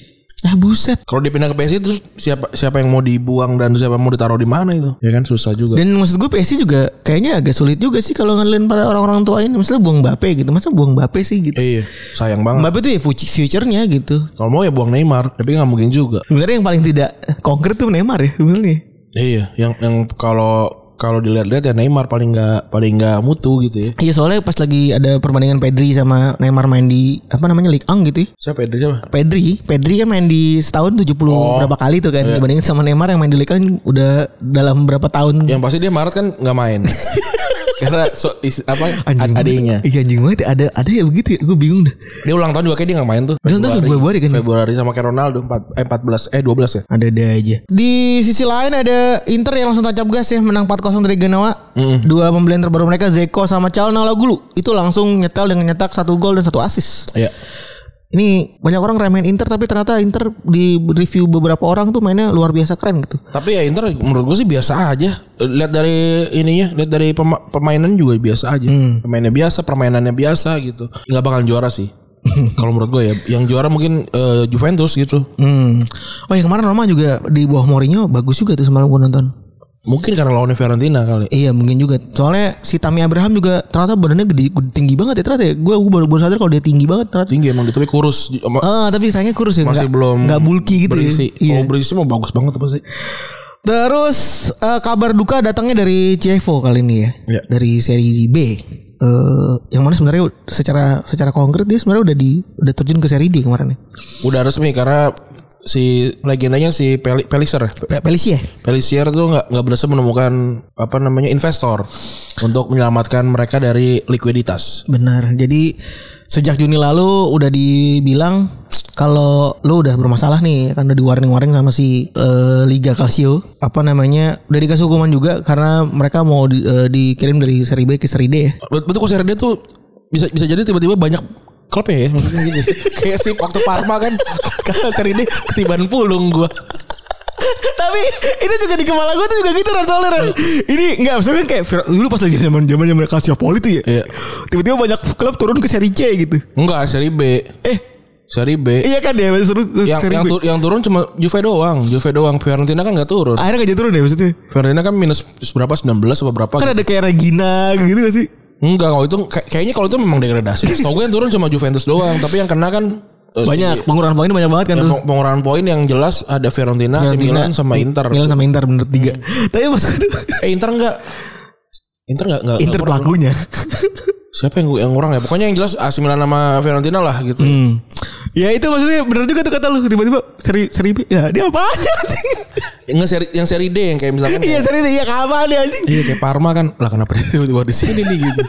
buset. Kalau dia pindah ke PSI terus siapa yang mau dibuang dan siapa yang mau ditaruh di mana itu? Ya kan susah juga. Dan maksud gue PSI juga kayaknya agak sulit juga sih kalau ngandelin para orang-orang tua ini. Misalnya buang Mbappe gitu. Masa buang Mbappe sih gitu. Iya, sayang banget. Mbappe tuh ya future-nya gitu. Kalau mau ya buang Neymar, tapi nggak mungkin juga. Sebenarnya yang paling tidak konkret tuh Neymar ya sebenarnya. Iya, yang kalau dilihat-lihat ya Neymar paling nggak mutu gitu ya. Iya soalnya pas lagi ada perbandingan Pedri sama Neymar main di apa namanya Ligue 1 gitu ya. Siapa siapa? Pedri kan main di setahun 70 berapa kali tuh kan. Dibandingin sama Neymar yang main di Ligue 1 udah dalam berapa tahun. Yang pasti dia Maret kan nggak main. Karena adiknya. Iya anjing banget ada ya begitu ya. Gue bingung dah. Dia ulang tahun juga kayak dia nggak main tuh. Dia ulang tahun Februari kan. Februari sama kayak Ronaldo 12 ya. Ada aja. Di sisi lain ada Inter yang langsung tancap gas ya menang 4-0 dari Genoa. Dua pembelian terbaru mereka Zeko sama Calhanoglu itu langsung nyetel dengan nyetak 1 gol dan 1 assist. Iya. Ini banyak orang remehin Inter tapi ternyata Inter di review beberapa orang tuh mainnya luar biasa keren gitu. Tapi ya Inter menurut gue sih biasa aja. Lihat dari ininya, lihat dari permainan juga biasa aja. Pemainnya biasa, permainannya biasa gitu. Nggak bakal juara sih. Kalau menurut gue ya, yang juara mungkin Juventus gitu. Oh ya kemarin Roma juga di bawah Mourinho bagus juga tuh semalam gue nonton. Mungkin karena lawannya Fiorentina kali. Iya mungkin juga. Soalnya si Tammy Abraham juga ternyata badannya tinggi banget ya ternyata ya. Gue baru sadar kalau dia tinggi banget ternyata. Tinggi emang gitu tapi kurus. Tapi sayangnya kurus ya. Masih belum nggak bulky gitu berisi. Ya. Kalau berisi mah bagus banget apa sih. Terus kabar duka datangnya dari Chievo kali ini ya. Dari seri B. Yang mana sebenarnya secara konkret dia sebenarnya udah terjun ke seri D kemarin ya. Udah resmi karena si legendanya si Pellissier tuh nggak berhasil menemukan investor untuk menyelamatkan mereka dari likuiditas. Benar. Jadi sejak Juni lalu udah dibilang kalau lu udah bermasalah nih kan udah di-warning sama si Liga Calcio udah dikasih hukuman juga karena mereka mau dikirim dari seri B ke seri D ya. Betul kok seri D tuh bisa jadi tiba-tiba banyak klub ya maksudnya gitu. Kayak sih waktu Parma kan karena seri ini ketiban pulung gue. Tapi itu juga di kepala gue tuh juga gitu soalnya. Ini enggak maksudnya kayak dulu pas lagi zaman Calciopoli tuh ya. Iya. Tiba-tiba banyak klub turun ke seri C gitu. Enggak, seri B. Seri B. Iya kan ya seru yang turun cuma Juve doang. Fiorentina kan enggak turun. Akhirnya enggak turun ya maksudnya. Fiorentina kan minus berapa 19 atau berapa. Kan ada kayak Regina gitu gak sih? Enggak, kalau itu kayaknya kalau itu memang degradasi. Setahu gue yang turun cuma Juventus doang, tapi yang kena kan banyak pengurangan poin banyak banget kan tuh. Pengurangan poin yang jelas ada Fiorentina, Milan sama Inter. Milan sama Inter bener 3. Tapi maksud itu Inter enggak. Inter pelakunya. Siapa yang kurang ya? Pokoknya yang jelas AC Milan sama Fiorentina lah gitu. Ya itu maksudnya bener juga tuh kata lu tiba-tiba seri B. Ya dia apaan yang seri D yang kayak misalkan iya seri D ya kapan dia anjing. Iya kayak Parma kan. Lah kenapa dia tiba-tiba di sini nih gitu.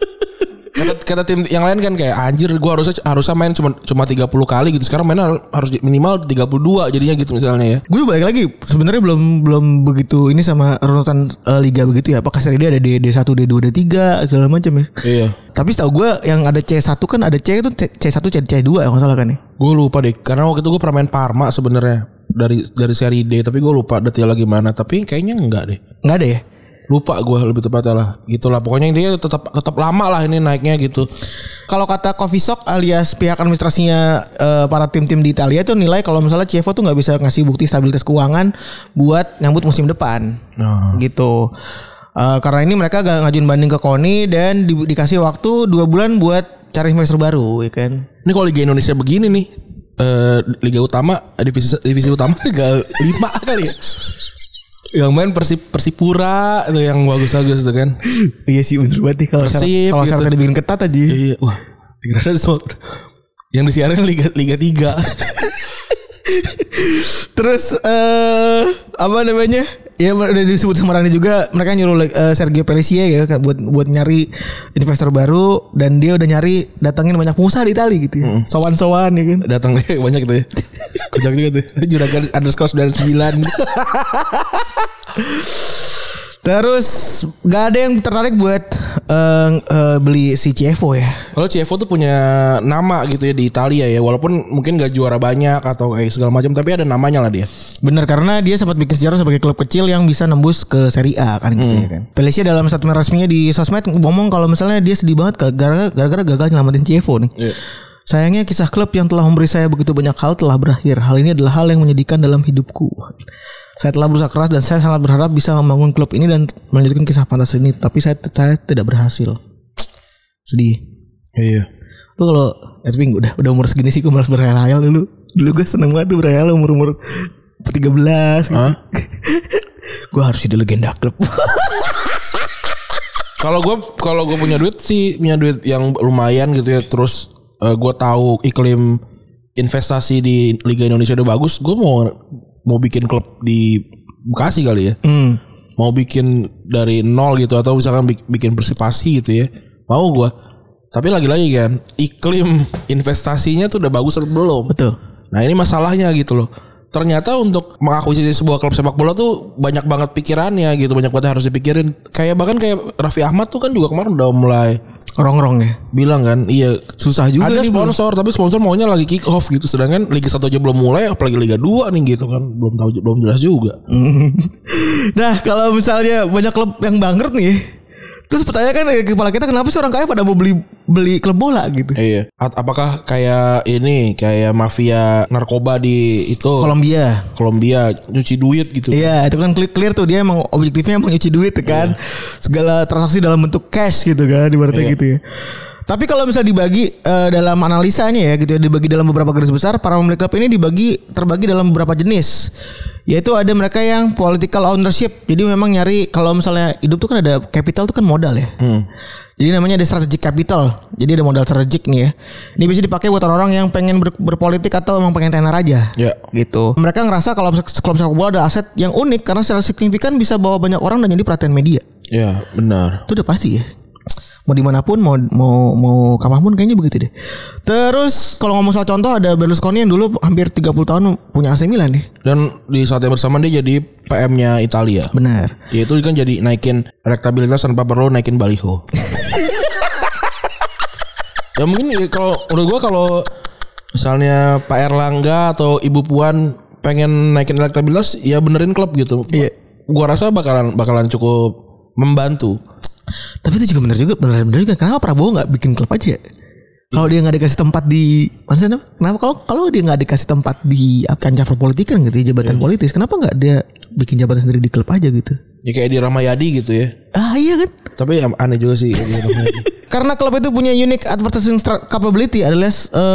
Kata tim yang lain kan kayak anjir gue harusnya main cuma 30 kali gitu. Sekarang mainnya harus minimal 32 jadinya gitu misalnya ya. Gue balik lagi sebenarnya belum begitu ini sama runutan liga begitu ya. Apakah seri D ada D1, D2, D3 segala macam ya. Iya. Tapi setahu gue yang ada C1 kan ada C itu C1, C2 ya enggak salah kan ya. Gue lupa deh karena waktu itu gue pernah main Parma sebenarnya dari seri D tapi gue lupa detailnya gimana. Tapi kayaknya enggak deh. Enggak ada ya? Lupa gue lebih tepatnya lah. Gitulah pokoknya intinya tetap lama lah ini naiknya gitu. Kalau kata Coffeeshock alias pihak administrasinya para tim-tim di Italia itu nilai kalau misalnya Chievo tuh nggak bisa ngasih bukti stabilitas keuangan buat nyambut musim depan. Gitu. Karena ini mereka gak ngajuin banding ke KONI dan dikasih waktu 2 bulan buat cari investor baru ya kan. Ini kalau Liga Indonesia begini nih Liga Utama divisi utama tinggal 5 kali ya. Yang main Persipura itu yang bagus-bagus tuh kan. Iya sih bener banget kalau syaratnya dibikin ketat aja. Iya, wah. Yang disiarin Liga 3. Terus apa namanya? Ya udah disebut sama Rani juga mereka nyuruh Sergio Pellissier ya buat nyari investor baru dan dia udah datangin banyak pengusaha di Italia gitu ya. Sowan-sowan ya kan. Datang deh banyak gitu ya. Kocak juga tuh. Juragan _99. Terus gak ada yang tertarik buat beli si Chievo ya. Kalau Chievo tuh punya nama gitu ya di Italia ya. Walaupun mungkin gak juara banyak atau kayak segala macam, tapi ada namanya lah dia. Bener karena dia sempat bikin sejarah sebagai klub kecil yang bisa nembus ke Serie A kan gitu ya kan. Pellissier dalam statement resminya di sosmed ngomong kalau misalnya dia sedih banget gara-gara gagal nyelamatin Chievo nih. Sayangnya kisah klub yang telah memberi saya begitu banyak hal telah berakhir. Hal ini adalah hal yang menyedihkan dalam hidupku. Saya telah berusaha keras dan saya sangat berharap bisa membangun klub ini dan melanjutkan kisah fantasi ini, tapi saya tidak berhasil. Sedih. Iya. Lu kalau udah umur segini sih gue malas berhayal dulu. Dulu gue seneng banget tuh berhayal umur 13 gitu. Gue harus jadi legenda klub. Kalau gue punya duit yang lumayan gitu ya, terus gue tahu iklim investasi di Liga Indonesia udah bagus, gue mau bikin klub di Bekasi kali ya. Mau bikin dari nol gitu, atau misalkan bikin Persipasi gitu ya. Mau gue. Tapi lagi-lagi kan, iklim investasinya tuh udah bagus atau belum? Betul. Nah ini masalahnya gitu loh. Ternyata untuk mengakuisisi sebuah klub sepak bola tuh banyak banget pikirannya gitu, banyak banget harus dipikirin. Bahkan kayak Raffi Ahmad tuh kan juga kemarin udah mulai rongrong ya. Bilang kan, iya susah juga ada nih sponsor, tapi sponsor maunya lagi kick off gitu. Sedangkan Liga 1 aja belum mulai, apalagi Liga 2 nih gitu kan. Belum jelas juga. Nah, kalau misalnya banyak klub yang bangkrut nih, terus pertanyaan kan di kepala kita, kenapa sih orang kaya pada mau beli klub bola gitu? Iya. Apakah kayak mafia narkoba di itu Kolombia nyuci duit gitu? Iya, itu kan clear tuh, dia emang objektifnya emang nyuci duit kan. Iya. Segala transaksi dalam bentuk cash gitu kan, ibaratnya gitu ya. Tapi kalau misalnya dibagi dalam analisanya ya gitu ya, dibagi dalam beberapa garis besar, para pemilik klub ini terbagi dalam beberapa jenis. Yaitu ada mereka yang political ownership. Jadi memang nyari, kalau misalnya hidup tuh kan ada capital tuh kan modal ya. Jadi namanya ada strategic capital. Jadi ada modal strategik nih ya. Ini bisa dipakai buat orang-orang yang pengen berpolitik atau emang pengen tenar aja. Ya. Gitu. Mereka ngerasa kalau klub sepak bola ada aset yang unik karena secara signifikan bisa bawa banyak orang dan jadi perhatian media. Ya, benar. Itu udah pasti ya. Mau dimanapun, mau kapanpun kayaknya begitu deh. Terus kalau ngomong soal contoh, ada Berlusconi yang dulu hampir 30 tahun punya AC Milan nih. Dan di saat yang bersamaan dia jadi PM-nya Italia. Benar. Ya itu kan jadi naikin elektabilitas tanpa perlu naikin baliho. Ya mungkin ya, kalau menurut gue kalau misalnya Pak Erlangga atau Ibu Puan pengen naikin elektabilitas, ya benerin klub gitu. Iya. Gua rasa bakalan cukup membantu. Tapi itu juga benar juga. Kenapa Prabowo nggak bikin klub aja? Kalau dia nggak dikasih tempat di, maksudnya kenapa kalau dia nggak dikasih tempat di kancah perpolitikan gitu ya, jabatan politis, kenapa nggak dia bikin jabatan sendiri di klub aja gitu? Ya kayak di Ramayadi gitu ya. Iya kan? Tapi aneh juga sih. Karena klub itu punya unique advertising capability, adalah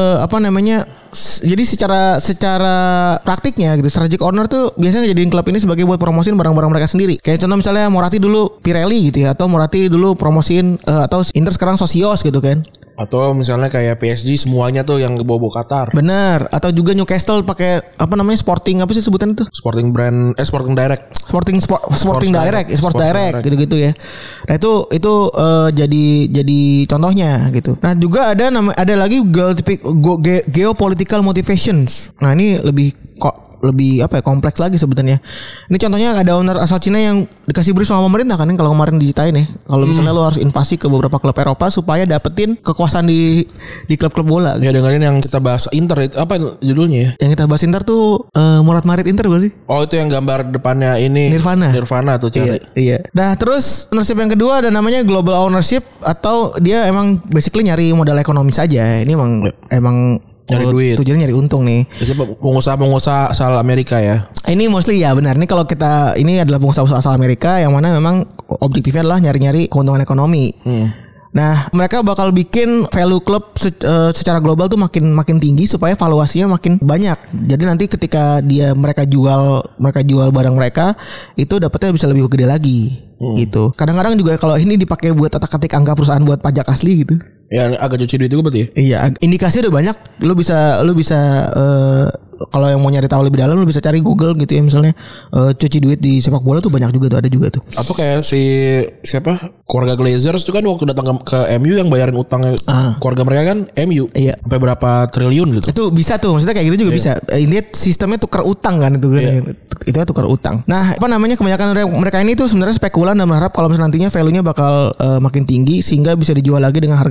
jadi secara praktiknya gitu, strategic owner tuh biasanya ngejadiin klub ini sebagai buat promosiin barang-barang mereka sendiri. Kayak contoh misalnya Moratti dulu Pirelli gitu ya, atau Moratti dulu promosiin atau Inter sekarang Socios gitu kan. Atau misalnya kayak PSG semuanya tuh yang bawa Qatar. Benar. Atau juga Newcastle pakai Sporting, apa sih sebutan itu? Sporting Direct. Sporting Direct gitu-gitu ya. Nah itu jadi contohnya gitu. Nah juga ada lagi geopolitical motivations. Nah ini lebih kompleks lagi sebenarnya. Ini contohnya ada owner asal Cina yang dikasih brief sama pemerintah kan, kalau kemarin diceritain ya. Kalau misalnya lo harus invasi ke beberapa klub Eropa supaya dapetin kekuasaan di klub-klub bola. Ya dengerin yang kita bahas Inter itu apa judulnya ya? Yang kita bahas Inter tuh Murad Marid Inter bukan sih? Oh itu yang gambar depannya ini Nirvana tuh cari. Iya. Nah terus ownership yang kedua ada namanya global ownership, atau dia emang basically nyari modal ekonomis aja. Ini emang nyari duit. Tujuannya nyari untung nih. Pengusaha asal Amerika ya. Ini mostly ya benar. Ini kalau ini adalah pengusaha asal Amerika yang mana memang objektifnya adalah nyari-nyari keuntungan ekonomi. Nah, mereka bakal bikin value klub secara global tuh makin tinggi supaya valuasinya makin banyak. Jadi nanti ketika mereka jual barang mereka itu dapatnya bisa lebih gede lagi. Gitu. Kadang-kadang juga kalau ini dipakai buat otak-atik angka perusahaan buat pajak asli gitu. Ya agak cuci duit itu berarti ya? Iya, indikasi udah banyak. Lu bisa kalau yang mau nyari tahu lebih dalam lu bisa cari Google gitu ya, misalnya cuci duit di sepak bola tuh banyak juga tuh, ada juga tuh. Apa kayak keluarga Glazers itu kan waktu datang ke MU yang bayarin utangnya keluarga mereka kan MU. Iya. Sampai berapa triliun gitu. Itu bisa tuh, maksudnya kayak gitu juga bisa. Intinya sistemnya tukar utang kan itu kan. Iya. Itu tukar utang. Nah, kebanyakan mereka ini tuh sebenarnya spekulan dan berharap kalau misalnya nantinya value-nya bakal makin tinggi sehingga bisa dijual lagi dengan harga yang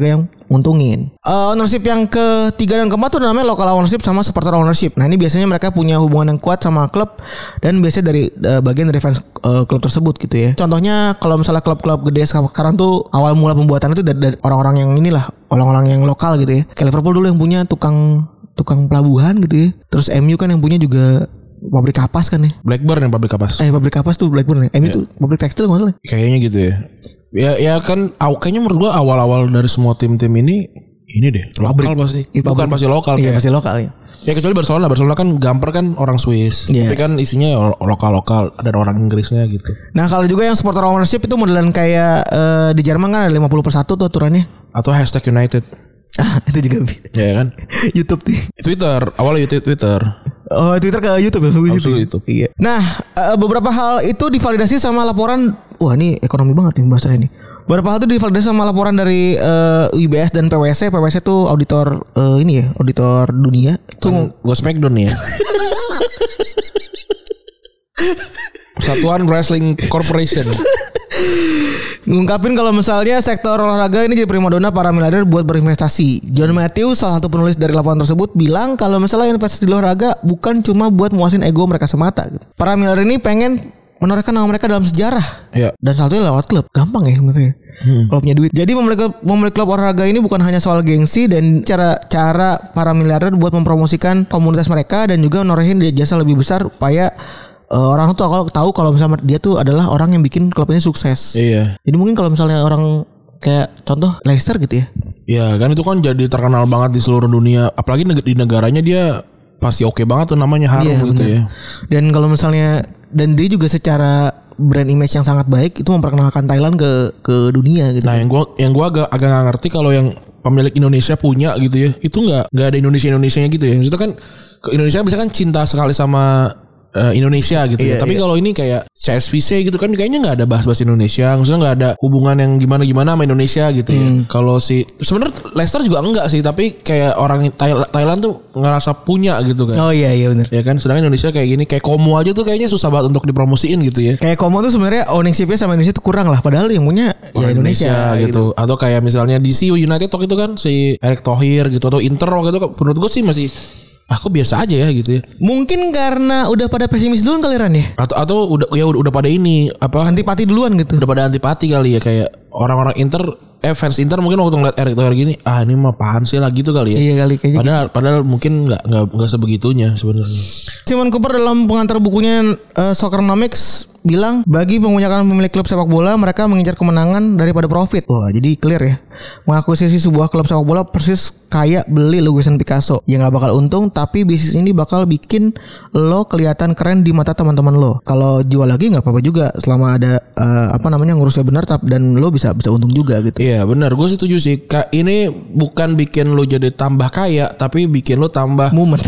nguntungin. Ownership yang ketiga dan keempat tuh namanya local ownership sama supporter ownership. Nah ini biasanya mereka punya hubungan yang kuat sama klub dan biasanya dari bagian dari fans klub tersebut gitu ya. Contohnya kalau misalnya klub-klub gede sekarang tuh awal mula pembuatan itu dari orang-orang yang inilah, orang-orang yang lokal gitu ya. Kayak Liverpool dulu yang punya tukang pelabuhan gitu ya. Terus MU kan yang punya juga pabrik kapas kan ya. Blackburn yang pabrik kapas. Pabrik kapas tuh Blackburn ya. MU tuh pabrik tekstil nggak salah. Kayaknya gitu ya. Ya kan kayaknya menurut gua awal-awal dari semua tim-tim ini deh lokal pasti. Bukan pasti lokal. Iya pasti lokal ya. Ya kecuali Barcelona kan Gamper kan orang Swiss. Tapi kan isinya lokal-lokal dan orang Inggrisnya gitu. Nah kalau juga yang supporter ownership itu modelan kayak di Jerman kan ada 50/1 tuh aturannya. Atau #United. Itu juga ya kan. YouTube tuh. Twitter awalnya Twitter. Oh Twitter ke YouTube ya. YouTube. Iya. Nah beberapa hal itu divalidasi sama laporan. Wah ini ekonomi banget nih bahasanya ini. Beberapa hal itu divalidasi sama laporan dari UBS dan PwC. PwC itu auditor ini ya, auditor dunia. Itu gue Smackdown ya. Persatuan Wrestling Corporation. ngungkapin kalau misalnya sektor olahraga ini jadi primadona para miliarder buat berinvestasi. John Matthews, salah satu penulis dari laporan tersebut, bilang kalau misalnya investasi di olahraga bukan cuma buat muasin ego mereka semata gitu. Para miliarder ini pengen menorehkan nama mereka dalam sejarah. Iya. Dan salah satunya lewat klub. Gampang ya sebenarnya. Kalau punya duit. Jadi memiliki klub olahraga ini bukan hanya soal gengsi dan cara para miliarder buat mempromosikan komunitas mereka dan juga norehin jasa lebih besar supaya orang tuh tahu kalau misalnya dia tuh adalah orang yang bikin klub ini sukses. Iya. Jadi mungkin kalau misalnya orang kayak contoh Leicester gitu ya. Iya kan itu kan jadi terkenal banget di seluruh dunia. Apalagi di negaranya dia pasti oke banget tuh namanya harum gitu ya. Dan kalau misalnya dan dia juga secara brand image yang sangat baik itu memperkenalkan Thailand ke dunia gitu. Nah yang gua agak nggak ngerti kalau yang pemilik Indonesia punya gitu ya. Itu nggak ada Indonesianya gitu ya. Maksudnya kan Indonesia biasanya kan cinta sekali sama Indonesia gitu ya. Tapi kalau ini kayak CSVC gitu kan kayaknya nggak ada bahas-bahas Indonesia. Maksudnya nggak ada hubungan yang gimana-gimana sama Indonesia gitu ya. Kalau sebenarnya Leicester juga enggak sih, tapi kayak orang Thailand tuh ngerasa punya gitu kan. Oh iya benar. Ya kan sedangkan Indonesia kayak gini, kayak Komo aja tuh kayaknya susah banget untuk dipromosiin gitu ya. Kayak Komo tuh sebenarnya ownership-nya sama Indonesia tuh kurang lah, padahal yang punya ya Indonesia gitu. Atau kayak misalnya DC United waktu itu kan si Erick Thohir gitu atau Inter waktu itu menurut gue sih masih aku biasa aja ya gitu ya. Mungkin karena udah pada pesimis duluan kali Ran ya. Atau udah pada ini apa antipati duluan gitu. Udah pada antipati kali ya kayak orang-orang Inter fans Inter mungkin waktu ngeliat Erick Thohir gini, ini mah apaan sih lah gitu kali ya. Iya kali kayaknya. Padahal mungkin enggak sebegitunya sebenarnya. Simon Cooper dalam pengantar bukunya Soccernomics bilang bagi kebanyakan pemilik klub sepak bola mereka mengincar kemenangan daripada profit. Wah, jadi clear ya. Mengakuisisi sebuah klub sepak bola persis kayak beli lukisan Picasso. Ya nggak bakal untung, tapi bisnis ini bakal bikin lo kelihatan keren di mata teman-teman lo. Kalau jual lagi nggak apa-apa juga selama ada ngurusnya benar dan lo bisa untung juga gitu. Iya benar, gue setuju sih. Ini bukan bikin lo jadi tambah kaya, tapi bikin lo tambah moment.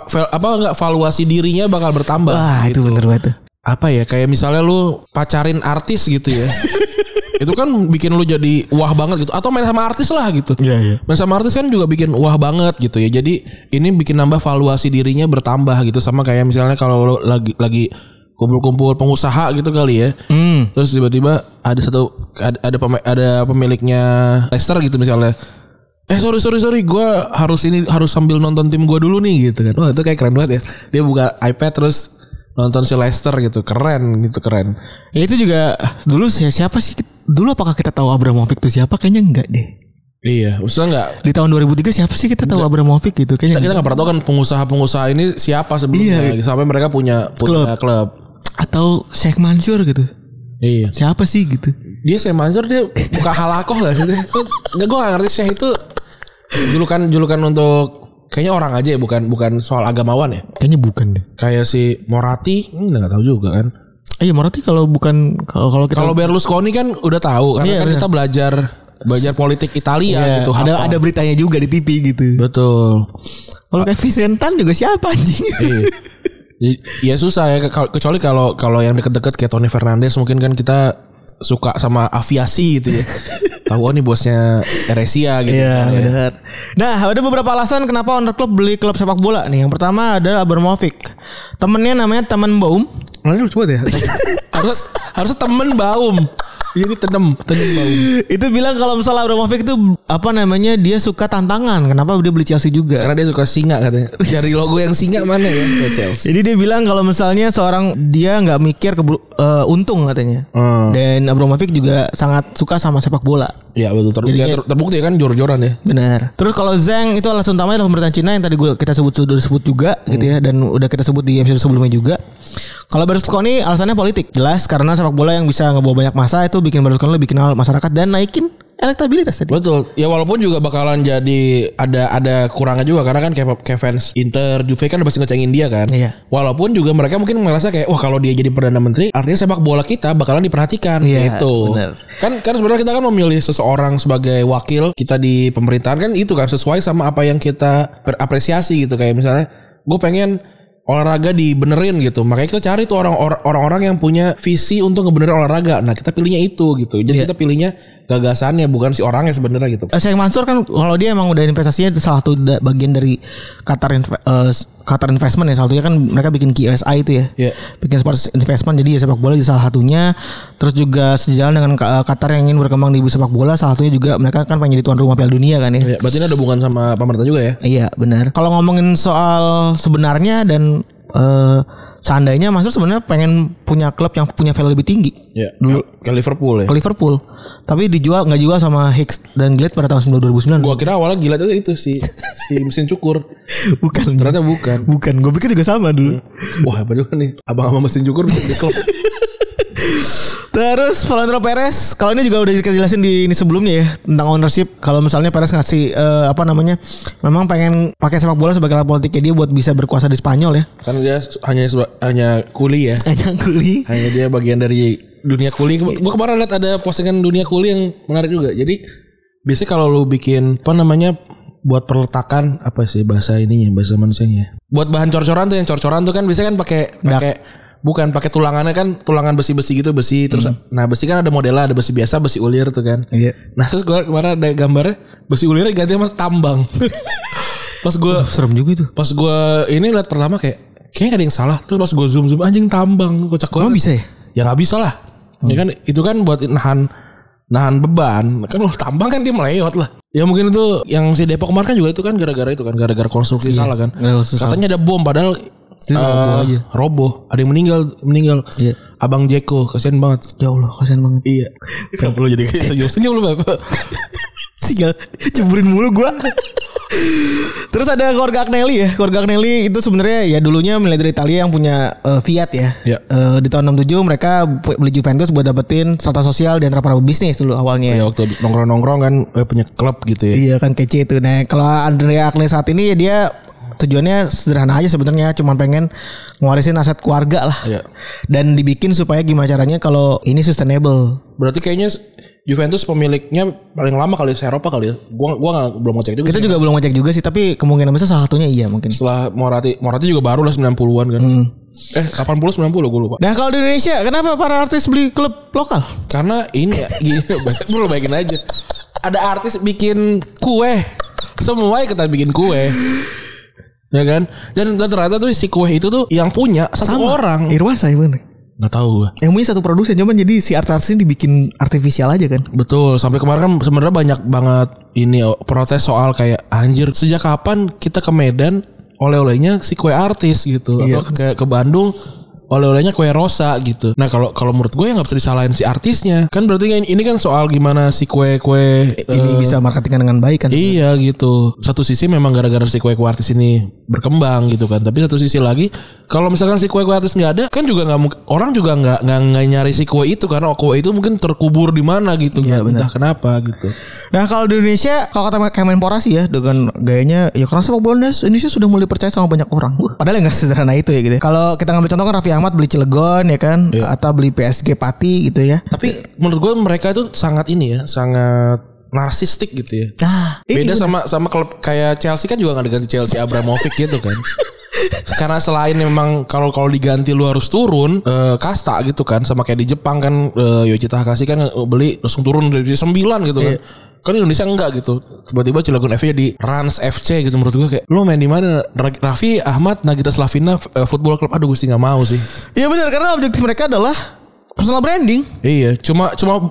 Valuasi dirinya bakal bertambah. Wah gitu. itu bener banget. Apa ya kayak misalnya lu pacarin artis gitu ya. Itu kan bikin lu jadi wah banget gitu. Atau main sama artis lah gitu. Iya. Main sama artis kan juga bikin wah banget gitu ya. Jadi ini bikin nambah valuasi dirinya bertambah gitu. Sama kayak misalnya kalau lu lagi kumpul-kumpul pengusaha gitu kali ya. Terus tiba-tiba ada pemiliknya Leicester gitu misalnya. Sorry gue harus sambil nonton tim gue dulu nih gitu kan. Wah itu kayak keren banget ya. Dia buka iPad terus nonton si Leicester gitu. Keren. Ya itu juga dulu siapa sih? Dulu apakah kita tahu Abramovich itu siapa? Kayaknya enggak deh. Iya, maksudnya enggak. Di tahun 2003 siapa sih kita tahu Abramovich gitu? Kayaknya kita enggak pernah tahu kan pengusaha-pengusaha ini siapa sebelumnya. Iya. Sampai mereka punya klub. Atau Sheikh Mansur gitu. Iya. Siapa sih gitu? Dia Sheikh Mansur dia buka halakoh enggak sih? Enggak, gue enggak ngerti Sheikh itu julukan untuk kayaknya orang aja ya, bukan soal agamawan ya. Kayaknya bukan deh. Kayak si Moratti, enggak tahu juga kan. Iya Moratti kalau Berlusconi kan udah tahu karena kan kita belajar politik Italia gitu. Ada beritanya juga di TV gitu. Betul. Kalau kayak Vicentan juga siapa anjing? Iya susah ya kecuali kalau yang deket-deket kayak Tony Fernandes mungkin kan kita suka sama aviasi gitu ya. Tahu nih bosnya Eresia gitu. Iya benar. Nah ada beberapa alasan kenapa owner klub beli klub sepak bola nih. Yang pertama adalah Abramovich. Temennya namanya Temen Baum. Mana lucu banget ya. Harus temen Baum. Jadi tenem bau. Itu bilang kalau misalnya Abramovich itu apa namanya dia suka tantangan. Kenapa dia beli Chelsea juga? Karena dia suka singa katanya. Dari logo yang singa mana ya? Chelsea. Jadi dia bilang kalau misalnya seorang dia nggak mikir untung katanya. Dan Abramovich juga sangat suka sama sepak bola. Iya betul. Terbukti kan jor-joran ya. Benar. Terus kalau Zhang itu alasan utamanya adalah pemerintahan Cina yang tadi kita sudah sebut juga gitu ya, dan udah kita sebut di episode sebelumnya juga. Kalau Berlusconi alasannya politik. Jelas karena sepak bola yang bisa ngebawa banyak masa itu bikin Berlusconi lebih kenal masyarakat dan naikin elektabilitas tadi. Betul. Ya walaupun juga bakalan jadi ada kurangnya juga karena kan kayak fans Inter, Juve kan pasti ngecengin dia kan. Iya. Walaupun juga mereka mungkin merasa kayak wah kalau dia jadi perdana menteri artinya sepak bola kita bakalan diperhatikan. Iya, gitu. Bener. Kan sebenarnya kita kan memilih seseorang sebagai wakil kita di pemerintahan kan itu kan sesuai sama apa yang kita berapresiasi gitu, kayak misalnya gue pengen olahraga dibenerin gitu, makanya kita cari tuh orang-orang yang punya visi untuk ngebenerin olahraga. Nah kita pilihnya itu gitu, jadi kita pilihnya gagasannya bukan si orangnya sebenarnya gitu. Syekh Mansur kan kalau dia emang udah investasinya salah satu bagian dari Qatar Investment ya, salah satunya kan mereka bikin QSI itu ya, bikin sports investment, jadi ya sepak bola di salah satunya. Terus juga sejalan dengan Qatar yang ingin berkembang di sepak bola, salah satunya juga mereka kan pengen jadi tuan rumah Piala Dunia kan ya. Berarti ini ada hubungan sama pemerintah juga ya? Iya benar. Kalau ngomongin soal sebenarnya dan seandainya Mansur sebenarnya pengen punya klub yang punya value lebih tinggi. Iya. Dulu ke Liverpool ya. Ke Liverpool. Tapi nggak dijual sama Hicks dan Gillett pada tahun 2009. Gua kira awalnya Gillett itu si mesin cukur. Bukan. Ternyata bukan. Gue pikir juga sama dulu. Wah, apa juga nih? Abang sama mesin cukur bisa di klub. Terus Florentino Perez, kalau ini juga udah dijelasin di ini sebelumnya ya tentang ownership. Kalau misalnya Perez ngasih memang pengen pakai sepak bola sebagai alat politiknya dia buat bisa berkuasa di Spanyol ya. Kan dia hanya kuli ya. Hanya kuli. Hanya dia bagian dari dunia kuli. Gue kemarin lihat ada postingan dunia kuli yang menarik juga. Jadi biasanya kalau lu bikin buat perletakan apa sih bahasa manusianya. Buat bahan cor-coran tuh, yang cor-coran tuh kan biasanya kan pakai tulangannya kan, tulangan besi terus nah besi kan ada modelnya, ada besi biasa, besi ulir tuh kan. Iya. Nah terus gue kemarin ada gambarnya besi ulirnya ganti sama tambang. Pas gue serem juga itu. Pas gue ini lihat pertama kayaknya ada yang salah. Terus pas gue zoom anjing tambang, kocak banget. Emang bisa ya? Ya nggak bisa lah. Ya kan itu kan buat nahan beban. Kan tambang kan dia melewat lah. Ya mungkin itu yang si Depok kemarin kan juga itu kan gara-gara konstruksi salah kan. Katanya ada bom padahal roboh. Ada yang meninggal. Iya. Abang Jeko kasihan banget. Ya Allah kasihan banget. Iya. Kenapa lu jadi senyum lu Bapak? Sial, ceburin mulu gua. Terus ada keluarga Agnelli ya. Keluarga Agnelli itu sebenarnya ya dulunya militer Italia yang punya Fiat ya. Di tahun 67 mereka beli Juventus buat dapetin strata sosial di antara para bisnis dulu awalnya. Ya waktu nongkrong-nongkrong kan punya klub gitu ya. Iya kan kece itu. Nah, kalau Andrea Agnelli saat ini ya dia tujuannya sederhana aja sebenarnya, cuma pengen ngewarisin aset keluarga lah. Iya. Dan dibikin supaya gimana caranya kalau ini sustainable. Berarti kayaknya Juventus pemiliknya paling lama kali di Eropa kali ya. Gua belum ngecek juga. Kita juga belum ngecek juga sih, tapi kemungkinan besar salah satunya iya mungkin. Setelah Moratti juga baru lah 90-an kan. 80 90 gue lupa. Nah, kalau di Indonesia kenapa para artis beli klub lokal? Karena ini ya gini, bro bayangin aja. Ada artis bikin kue. Semua kita bikin kue. Ya kan? Dan ternyata tuh si kue itu tuh yang punya satu orang. Irwan saya bener. Nggak tahu gue. Yang punya satu produsen, cuman jadi si artis ini dibikin artifisial aja kan. Betul. Sampai kemarin kan sebenarnya banyak banget ini protes soal kayak anjir sejak kapan kita ke Medan oleh-olehnya si kue artis gitu. Iya. Atau kayak ke Bandung oleh-olehnya kue rosa gitu. Nah kalau menurut gue ya nggak bisa disalahin si artisnya. Kan berarti ini kan soal gimana si kue ini bisa marketingkan dengan baik kan. Iya gitu. Satu sisi memang gara-gara si kue artis ini berkembang gitu kan. Tapi satu sisi lagi kalau misalkan si kue artis nggak ada kan juga nggak mungkin, orang juga nggak nyari si kue itu karena kue itu mungkin terkubur di mana gitu. Iya, entah kenapa gitu. Nah kalau di Indonesia kalau kata Kemenpora sih ya dengan gayanya ya karena sepak bola Indonesia sudah mulai percaya sama banyak orang. Padahal nggak sederhana itu ya gitu. Kalau kita ngambil contoh kan Raffi Ahmad beli Cilegon ya kan, atau beli PSG Pati gitu ya. Tapi menurut gue mereka itu sangat ini ya, sangat narsistik gitu ya. Beda sama klub kayak Chelsea kan juga nggak diganti Chelsea Abramovich gitu kan. Karena selain memang kalau diganti lu harus turun kasta gitu kan, sama kayak di Jepang kan Yoichi Takahashi kan beli langsung turun dari 9 gitu kan. Kan Indonesia enggak gitu. Tiba-tiba Cilegon FC jadi Rans FC gitu. Menurut gue kayak lu main di mana? Raffi Ahmad Nagita Slavina Football Club. Aduh gue sih enggak mau sih. Iya benar, karena objektif mereka adalah personal branding. Iya, cuma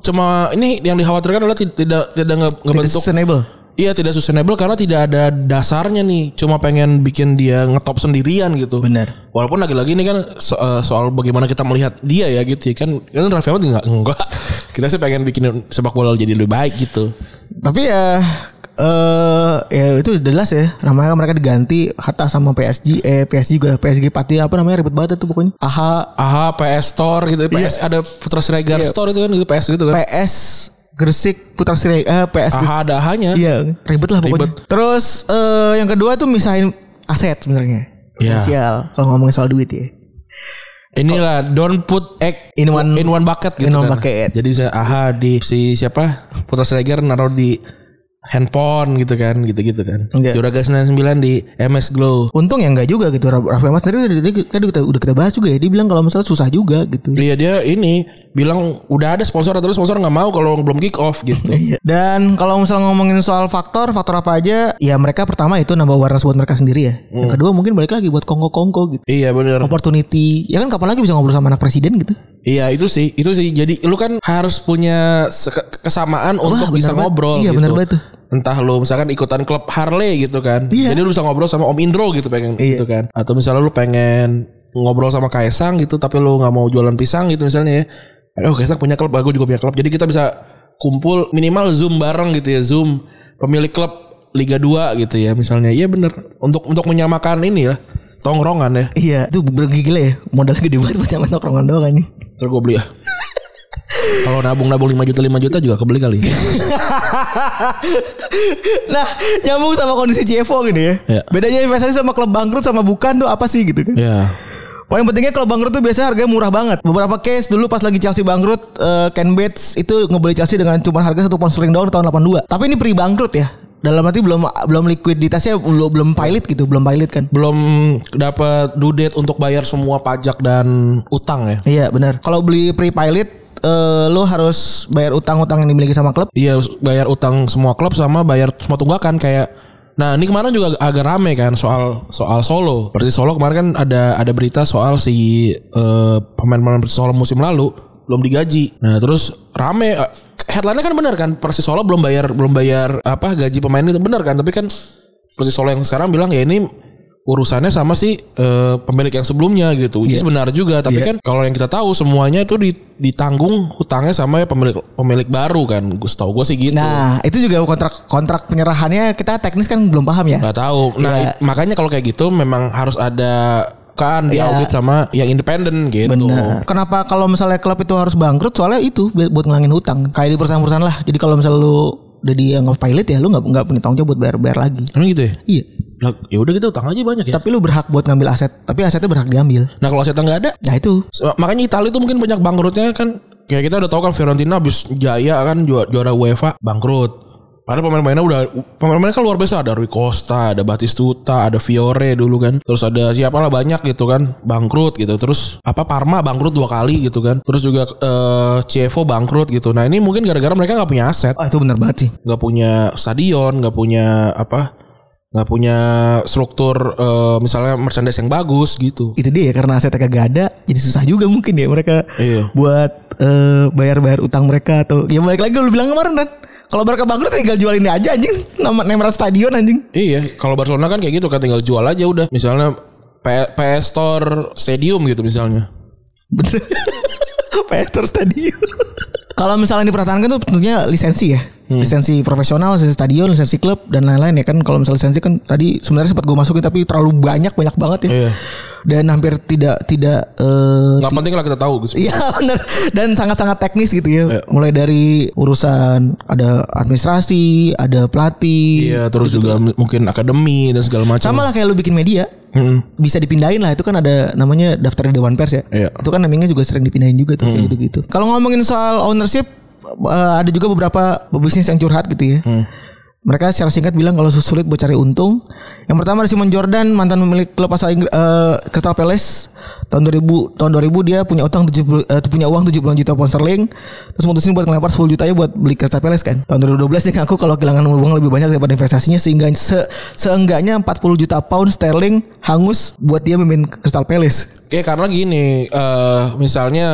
Cuma ini yang dikhawatirkan adalah tidak ngebentuk sustainable. Iya, tidak sustainable karena tidak ada dasarnya nih. Cuma pengen bikin dia ngetop sendirian gitu. Benar. Walaupun lagi-lagi ini kan soal bagaimana kita melihat dia ya gitu ya. Kan Raffi Ahmad enggak. Kita sih pengen bikin sepak bola jadi lebih baik gitu. Tapi ya itu jelas ya. Namanya mereka diganti Hatta sama PSG. PSG juga PSG Pati apa namanya ribet banget itu pokoknya. AHA PS Store gitu. PS ada Putra Siregar Store itu kan gitu PS gitu kan. PS Gresik Putra Siregar PS AHA ada AHA-nya. Iya, ribet lah pokoknya. Terus yang kedua tuh misahin aset sebenarnya. Finansial kalau ngomongin soal duit ya. Inilah don't put egg in one bucket gitu kan. Bucket. Jadi bisa di si siapa Putra Siregar naruh di handphone gitu kan, gitu-gitu kan. Juragas 99 di MS Glow. Untung ya enggak juga gitu. Raffi Ahmad sendiri udah kita bahas juga ya. Dia bilang kalau misalnya susah juga gitu. Iya, dia ini bilang udah ada sponsor terus sponsor enggak mau kalau belum kick off gitu. Dan kalau misalnya ngomongin soal faktor apa aja, ya mereka pertama itu nambah awareness buat mereka sendiri ya. Yang kedua mungkin balik lagi buat kongko-kongko gitu. Iya, benar. Opportunity. Ya kan kapan lagi bisa ngobrol sama anak presiden gitu. Iya, itu sih. Jadi lu kan harus punya kesamaan untuk bisa ngobrol gitu. Iya, benar banget tuh. Entah lu misalkan ikutan klub Harley gitu kan. Jadi lu bisa ngobrol sama Om Indro gitu pengen gitu kan. Atau misalnya lu pengen ngobrol sama Kaisang gitu tapi lu gak mau jualan pisang gitu misalnya ya. Aduh, Kaisang punya klub, aku juga punya klub. Jadi kita bisa kumpul minimal Zoom bareng gitu ya. Zoom pemilik klub Liga 2 gitu ya misalnya. Iya bener. Untuk menyamakan ini lah. Tongkrongan ya. Iya, itu bergila ya. Modal gede banget buat nyamain tongkrongan doang anjing. Terus gue beli ya. Kalau nabung 5 juta juga kebeli kali. Nah, nyambung sama kondisi CFO gini ya. Bedanya investasi sama klub bangkrut sama bukan tuh apa sih gitu kan? Iya. Paling pentingnya klub bangkrut tuh biasanya harganya murah banget. Beberapa case dulu pas lagi Chelsea bangkrut, Ken Bates itu ngebeli Chelsea dengan cuma harga 1 pound sterling doang tahun 82. Tapi ini pre-bangkrut ya. Dalam arti belum likuiditasnya belum pilot gitu, belum pilot kan. Belum dapat due date untuk bayar semua pajak dan utang ya. Iya, benar. Kalau beli pre-pilot lo harus bayar utang-utang yang dimiliki sama klub. Iya, bayar utang semua klub sama bayar semua tunggakan kayak. Nah, ini kemarin juga agak rame kan soal Solo. Persis Solo kemarin kan ada berita soal si pemain-pemain Persis Solo musim lalu belum digaji. Nah, terus rame headline-nya kan benar kan Persis Solo belum bayar apa gaji pemain itu benar kan, tapi kan Persis Solo yang sekarang bilang ya ini urusannya sama si pemilik yang sebelumnya gitu. Which is benar juga, tapi kan kalau yang kita tahu semuanya itu ditanggung hutangnya sama pemilik baru kan. Gue sih gitu. Nah, itu juga kontrak penyerahannya kita teknis kan belum paham ya. Nggak tahu. Nah, makanya kalau kayak gitu memang harus ada kan diaudit sama yang independen gitu. Benar. Kenapa kalau misalnya klub itu harus bangkrut? Soalnya itu buat ngilangin hutang. Kayak di perusahaan-perusahaan lah. Jadi kalau misalnya lu udah dianggap pilot ya lu nggak punya tanggung jawab buat bayar lagi. Emang gitu ya? Iya. Ya udah kita utang aja banyak ya. Tapi lu berhak buat ngambil aset, tapi asetnya berhak diambil. Nah, kalau asetnya nggak ada, nah itu. Makanya Italia itu mungkin banyak bangkrutnya kan. Kayak kita udah tahu kan Fiorentina habis jaya kan juara UEFA bangkrut. Padahal pemain-pemainnya kan luar biasa. Ada Rui Costa, ada Batistuta, ada Fiore dulu kan. Terus ada siapalah banyak gitu kan bangkrut gitu. Terus Parma bangkrut 2 kali gitu kan. Terus juga Chievo bangkrut gitu. Nah, ini mungkin gara-gara mereka nggak punya aset. Itu benar banget sih. Nggak punya stadion, nggak punya struktur misalnya merchandise yang bagus gitu. Itu dia karena asetnya kagak ada, jadi susah juga mungkin ya mereka buat bayar utang mereka atau ya balik lagi lu bilang kemarin kan. Kalau mereka bangkrut tinggal jual ini aja anjing, nama stadion anjing. Iya, kalau Barcelona kan kayak gitu kan tinggal jual aja udah. Misalnya PS Store Stadium gitu misalnya. Bener. PS Store Stadium. Kalau misalnya dipertahankan tuh tentunya lisensi ya. Lisensi profesional, lisensi stadion, lisensi klub dan lain-lain ya kan. Kalau misalnya lisensi kan tadi sebenarnya sempat gue masukin tapi terlalu banyak banget ya. Iya. Dan hampir tidak nggak penting lah kita tahu gitu. Iya benar. Dan sangat-sangat teknis gitu ya. Iya. Mulai dari urusan ada administrasi, ada pelatih. Iya, terus gitu juga mungkin akademi dan segala macam. Sama lah kayak lu bikin media. Bisa dipindahin lah, itu kan ada namanya daftar Dewan Pers ya. Iya. Itu kan namanya juga sering dipindahin juga tuh kayak gitu-gitu. Kalau ngomongin soal ownership, ada juga beberapa pebisnis yang curhat gitu ya. Mereka secara singkat bilang kalau sulit buat cari untung. Yang pertama ada Simon Jordan, mantan pemilik klub asal Crystal Palace. Tahun 2000 dia punya uang 70 juta pound sterling. Terus mutusin buat ngelempar 10 jutanya buat beli Crystal Palace kan. Tahun 2012 dia ngaku kalau kehilangan uang lebih banyak daripada investasinya, sehingga seenggaknya 40 juta pound sterling hangus buat dia memimpin Crystal Palace. Oke, karena gini, misalnya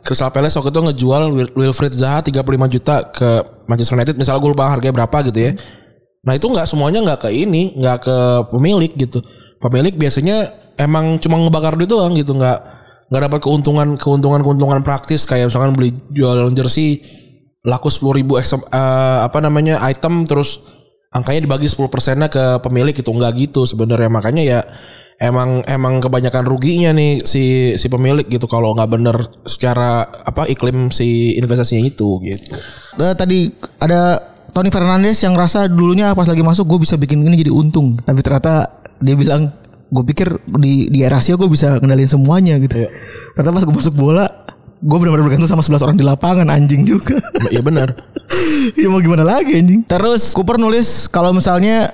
Crystal Palace waktu itu ngejual Wilfried Zaha 35 juta ke Manchester United. Misalnya gue lupa harganya berapa gitu ya. Nah itu nggak semuanya nggak ke pemilik gitu. Pemilik biasanya emang cuma ngebakar duit doang gitu, nggak dapat keuntungan praktis kayak misalkan beli jual jersey laku 10.000 item terus angkanya dibagi 10%-nya ke pemilik itu, nggak gitu sebenarnya. Makanya ya emang kebanyakan ruginya nih si pemilik gitu kalau nggak bener secara iklim si investasinya itu gitu. Tadi ada Tony Fernandes yang rasa dulunya pas lagi masuk gue bisa bikin ini jadi untung, tapi ternyata dia bilang gue pikir di era Asia gue bisa ngendalin semuanya gitu. Ternyata pas gue masuk bola gue benar-benar bergantung sama 11 orang di lapangan, anjing juga. Iya benar. Ya mau gimana lagi anjing. Terus Cooper nulis kalau misalnya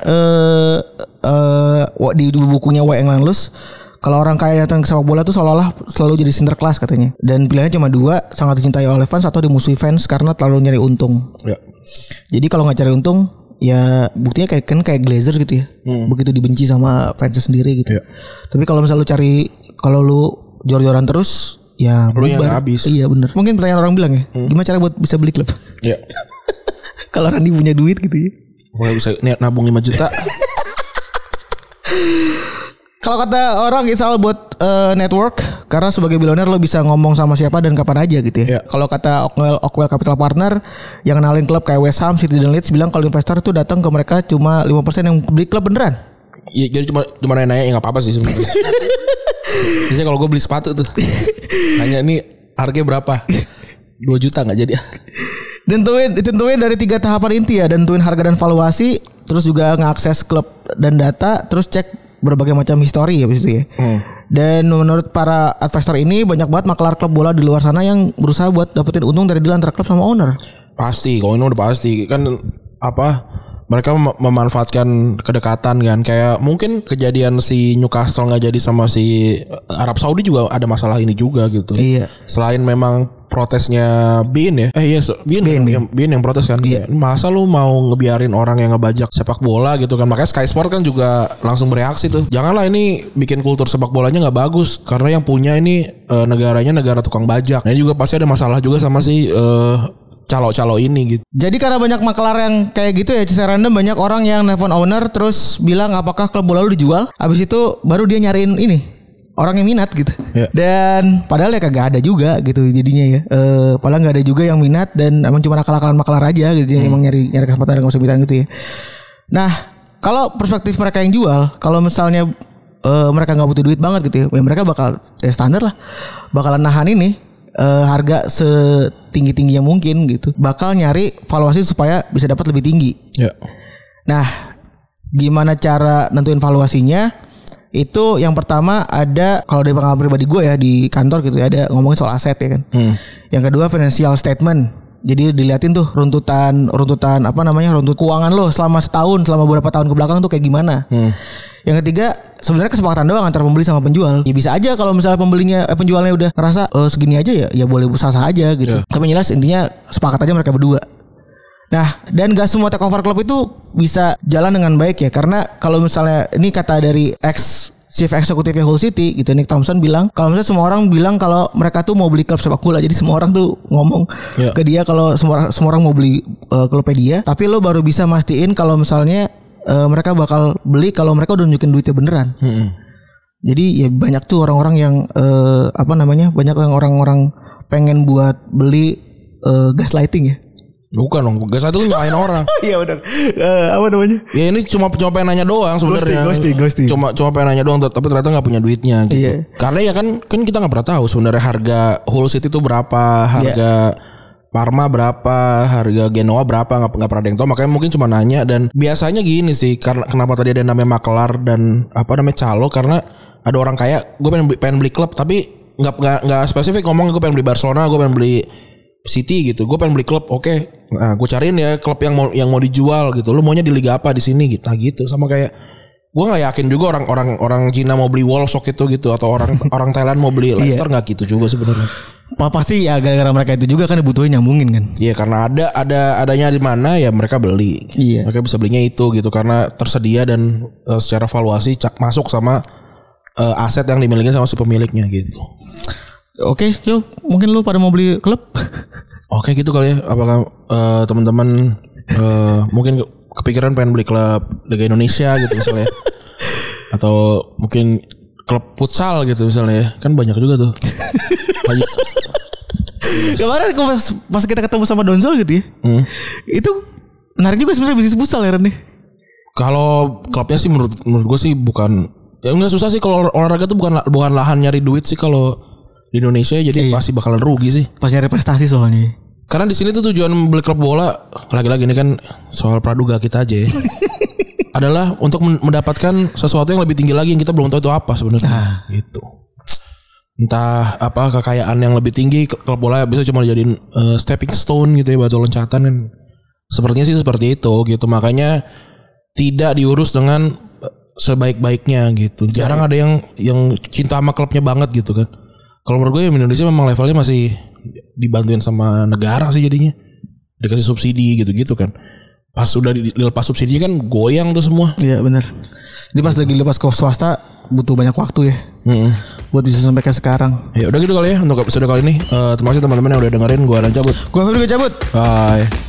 di bukunya Why England Lose, kalau orang kaya datang ke sepak bola tuh seolah-olah selalu jadi sinterklas katanya. Dan pilihannya cuma dua, sangat dicintai oleh fans atau dimusuhi fans karena terlalu nyari untung. Ya. Jadi kalau nggak cari untung, ya buktinya kayak Glazer gitu ya. Begitu dibenci sama fansnya sendiri gitu. Ya. Tapi kalau misalnya kalau lu jor-joran terus, ya lu yang habis. Iya benar. Mungkin pertanyaan orang bilang ya, gimana cara buat bisa beli klub? Iya. Kalau Randy punya duit gitu ya. Mulai bisa nabung 5 juta. Kalau kata orang it's all about network, karena sebagai bilioner lo bisa ngomong sama siapa dan kapan aja gitu ya. Kalau kata Ockwell Capital Partner yang kenalin klub kayak West Ham, City dan Leeds bilang kalau investor itu datang ke mereka cuma 5% yang beli klub beneran. Iya, jadi cuma nanya ya nggak apa-apa sih sebenarnya. Biasanya kalau gue beli sepatu tuh nanya nih harganya berapa, 2 juta nggak jadi. Dan ditentuin dari 3 tahapan inti ya, dan tentuin harga dan valuasi, terus juga ngakses klub dan data, terus cek berbagai macam histori ya begitu ya. Dan menurut para investor ini banyak banget makelar klub bola di luar sana yang berusaha buat dapetin untung dari deal antara klub sama owner. Pasti, kalau ini udah pasti kan mereka memanfaatkan kedekatan kan, kayak mungkin kejadian si Newcastle nggak jadi sama si Arab Saudi juga ada masalah ini juga gitu. Iya. Selain memang protesnya Bin ya, Bin yang protes kan. Iya. Masa lu mau ngebiarin orang yang ngebajak sepak bola gitu kan? Makanya Sky Sport kan juga langsung bereaksi tuh. Janganlah ini bikin kultur sepak bolanya nggak bagus karena yang punya ini negaranya negara tukang bajak. Nah ini juga pasti ada masalah juga sama si calo-calo ini gitu. Jadi karena banyak makelar yang kayak gitu ya, secara random banyak orang yang nelfon owner terus bilang apakah klub bola lu dijual. Abis itu baru dia nyariin ini orang yang minat gitu. Yeah. Dan padahal ya kagak ada juga gitu jadinya ya. Padahal nggak ada juga yang minat dan emang cuma akal-akalan makelar aja gitu. Emang nyari kesempatan dan kesulitan gitu ya. Nah kalau perspektif mereka yang jual, kalau misalnya mereka nggak butuh duit banget gitu ya mereka bakal standar lah, bakalan nahan ini harga setinggi-tingginya mungkin gitu. Bakal nyari valuasi supaya bisa dapat lebih tinggi. Yeah. Nah, gimana cara nentuin valuasinya? Itu yang pertama ada, kalau dari pengalaman pribadi gue ya di kantor gitu ya, ada ngomongin soal aset ya kan. Yang kedua financial statement. Jadi diliatin tuh runtutan runtut keuangan lo selama setahun, selama beberapa tahun ke belakang tuh kayak gimana. Yang ketiga sebenarnya kesepakatan doang antara pembeli sama penjual. Ya bisa aja kalau misalnya penjualnya udah ngerasa segini aja ya boleh sah-sah aja gitu. Tapi jelas intinya sepakat aja mereka berdua. Nah, dan gak semua takeover klub itu bisa jalan dengan baik ya, karena kalau misalnya ini kata dari Chief Executive Hull City gitu, Nick Thompson bilang kalau misalnya semua orang bilang kalau mereka tuh mau beli klub sepak bola, jadi semua orang tuh ngomong ke dia kalau semua orang mau beli klubnya dia, tapi lo baru bisa mastiin kalau misalnya mereka bakal beli kalau mereka udah nunjukin duitnya beneran. Jadi ya banyak tuh orang-orang yang banyak yang orang-orang pengen buat beli gaslighting ya. Bukan dong, gas itu nyalain orang. Iya benar. Apa namanya? Ya ini cuma pengen nanya doang sebenarnya. Ghosting. Cuma pengen nanya doang, tapi ternyata nggak punya duitnya. Gitu. Iya. Karena ya kan kita nggak pernah tahu sebenarnya harga Hull City itu berapa, harga Parma berapa, harga Genoa berapa, nggak pernah ada yang tahu. Makanya mungkin cuma nanya. Dan biasanya gini sih, karena kenapa tadi ada namanya makelar dan calo, karena ada orang kaya, gue pengen beli klub, tapi nggak spesifik ngomong gue pengen beli Barcelona, gue pengen beli City gitu, gue pengen beli klub, oke. Nah, gue cariin ya klub yang mau dijual gitu. Lu maunya di liga apa di sini gitu. Nah gitu, sama kayak gue nggak yakin juga orang Cina mau beli Wolfsburg gitu atau orang Thailand mau beli Leicester, nggak gitu juga sebenarnya. Pasti ya gara-gara mereka itu juga kan butuhnya nyambungin kan. Iya, karena adanya di mana ya mereka beli. Iya. Mereka bisa belinya itu gitu karena tersedia dan secara valuasi masuk sama aset yang dimiliki sama si pemiliknya gitu. Oke, yuk mungkin lu pada mau beli klub. Oke gitu kali ya. Apakah teman-teman mungkin kepikiran pengen beli klub Liga Indonesia gitu misalnya. Atau mungkin klub futsal gitu misalnya ya. Kan banyak juga tuh. Kemarin pas kita ketemu sama Donzol gitu ya. Itu menarik juga sebenarnya bisnis futsal ya Ren nih. Kalau klubnya sih menurut gue sih bukan, ya enggak susah sih kalau olahraga tuh bukan lahan nyari duit sih kalau di Indonesia, jadi pasti bakalan rugi sih. Pas nyari prestasi soalnya. Karena di sini tuh tujuan beli klub bola, lagi-lagi ini kan soal praduga kita aja ya. Adalah untuk mendapatkan sesuatu yang lebih tinggi lagi yang kita belum tahu itu apa sebenarnya. Gitu. Entah apa kekayaan yang lebih tinggi, klub bola bisa cuma dijadiin stepping stone gitu ya, batu loncatan kan. Sepertinya sih seperti itu gitu. Makanya tidak diurus dengan sebaik-baiknya gitu. Jarang ada yang cinta sama klubnya banget gitu kan. Kalau menurut gue Indonesia memang levelnya masih dibantuin sama negara sih jadinya. Dikasih subsidi gitu-gitu kan. Pas sudah dilepas subsidi kan goyang tuh semua. Iya benar. Jadi pas lagi lepas ke swasta butuh banyak waktu ya. Buat bisa sampai ke sekarang. Ya udah gitu kali ya untuk episode kali ini. Terima kasih teman-teman yang udah dengerin. Gue Aran cabut. Gue Febri cabut. Bye.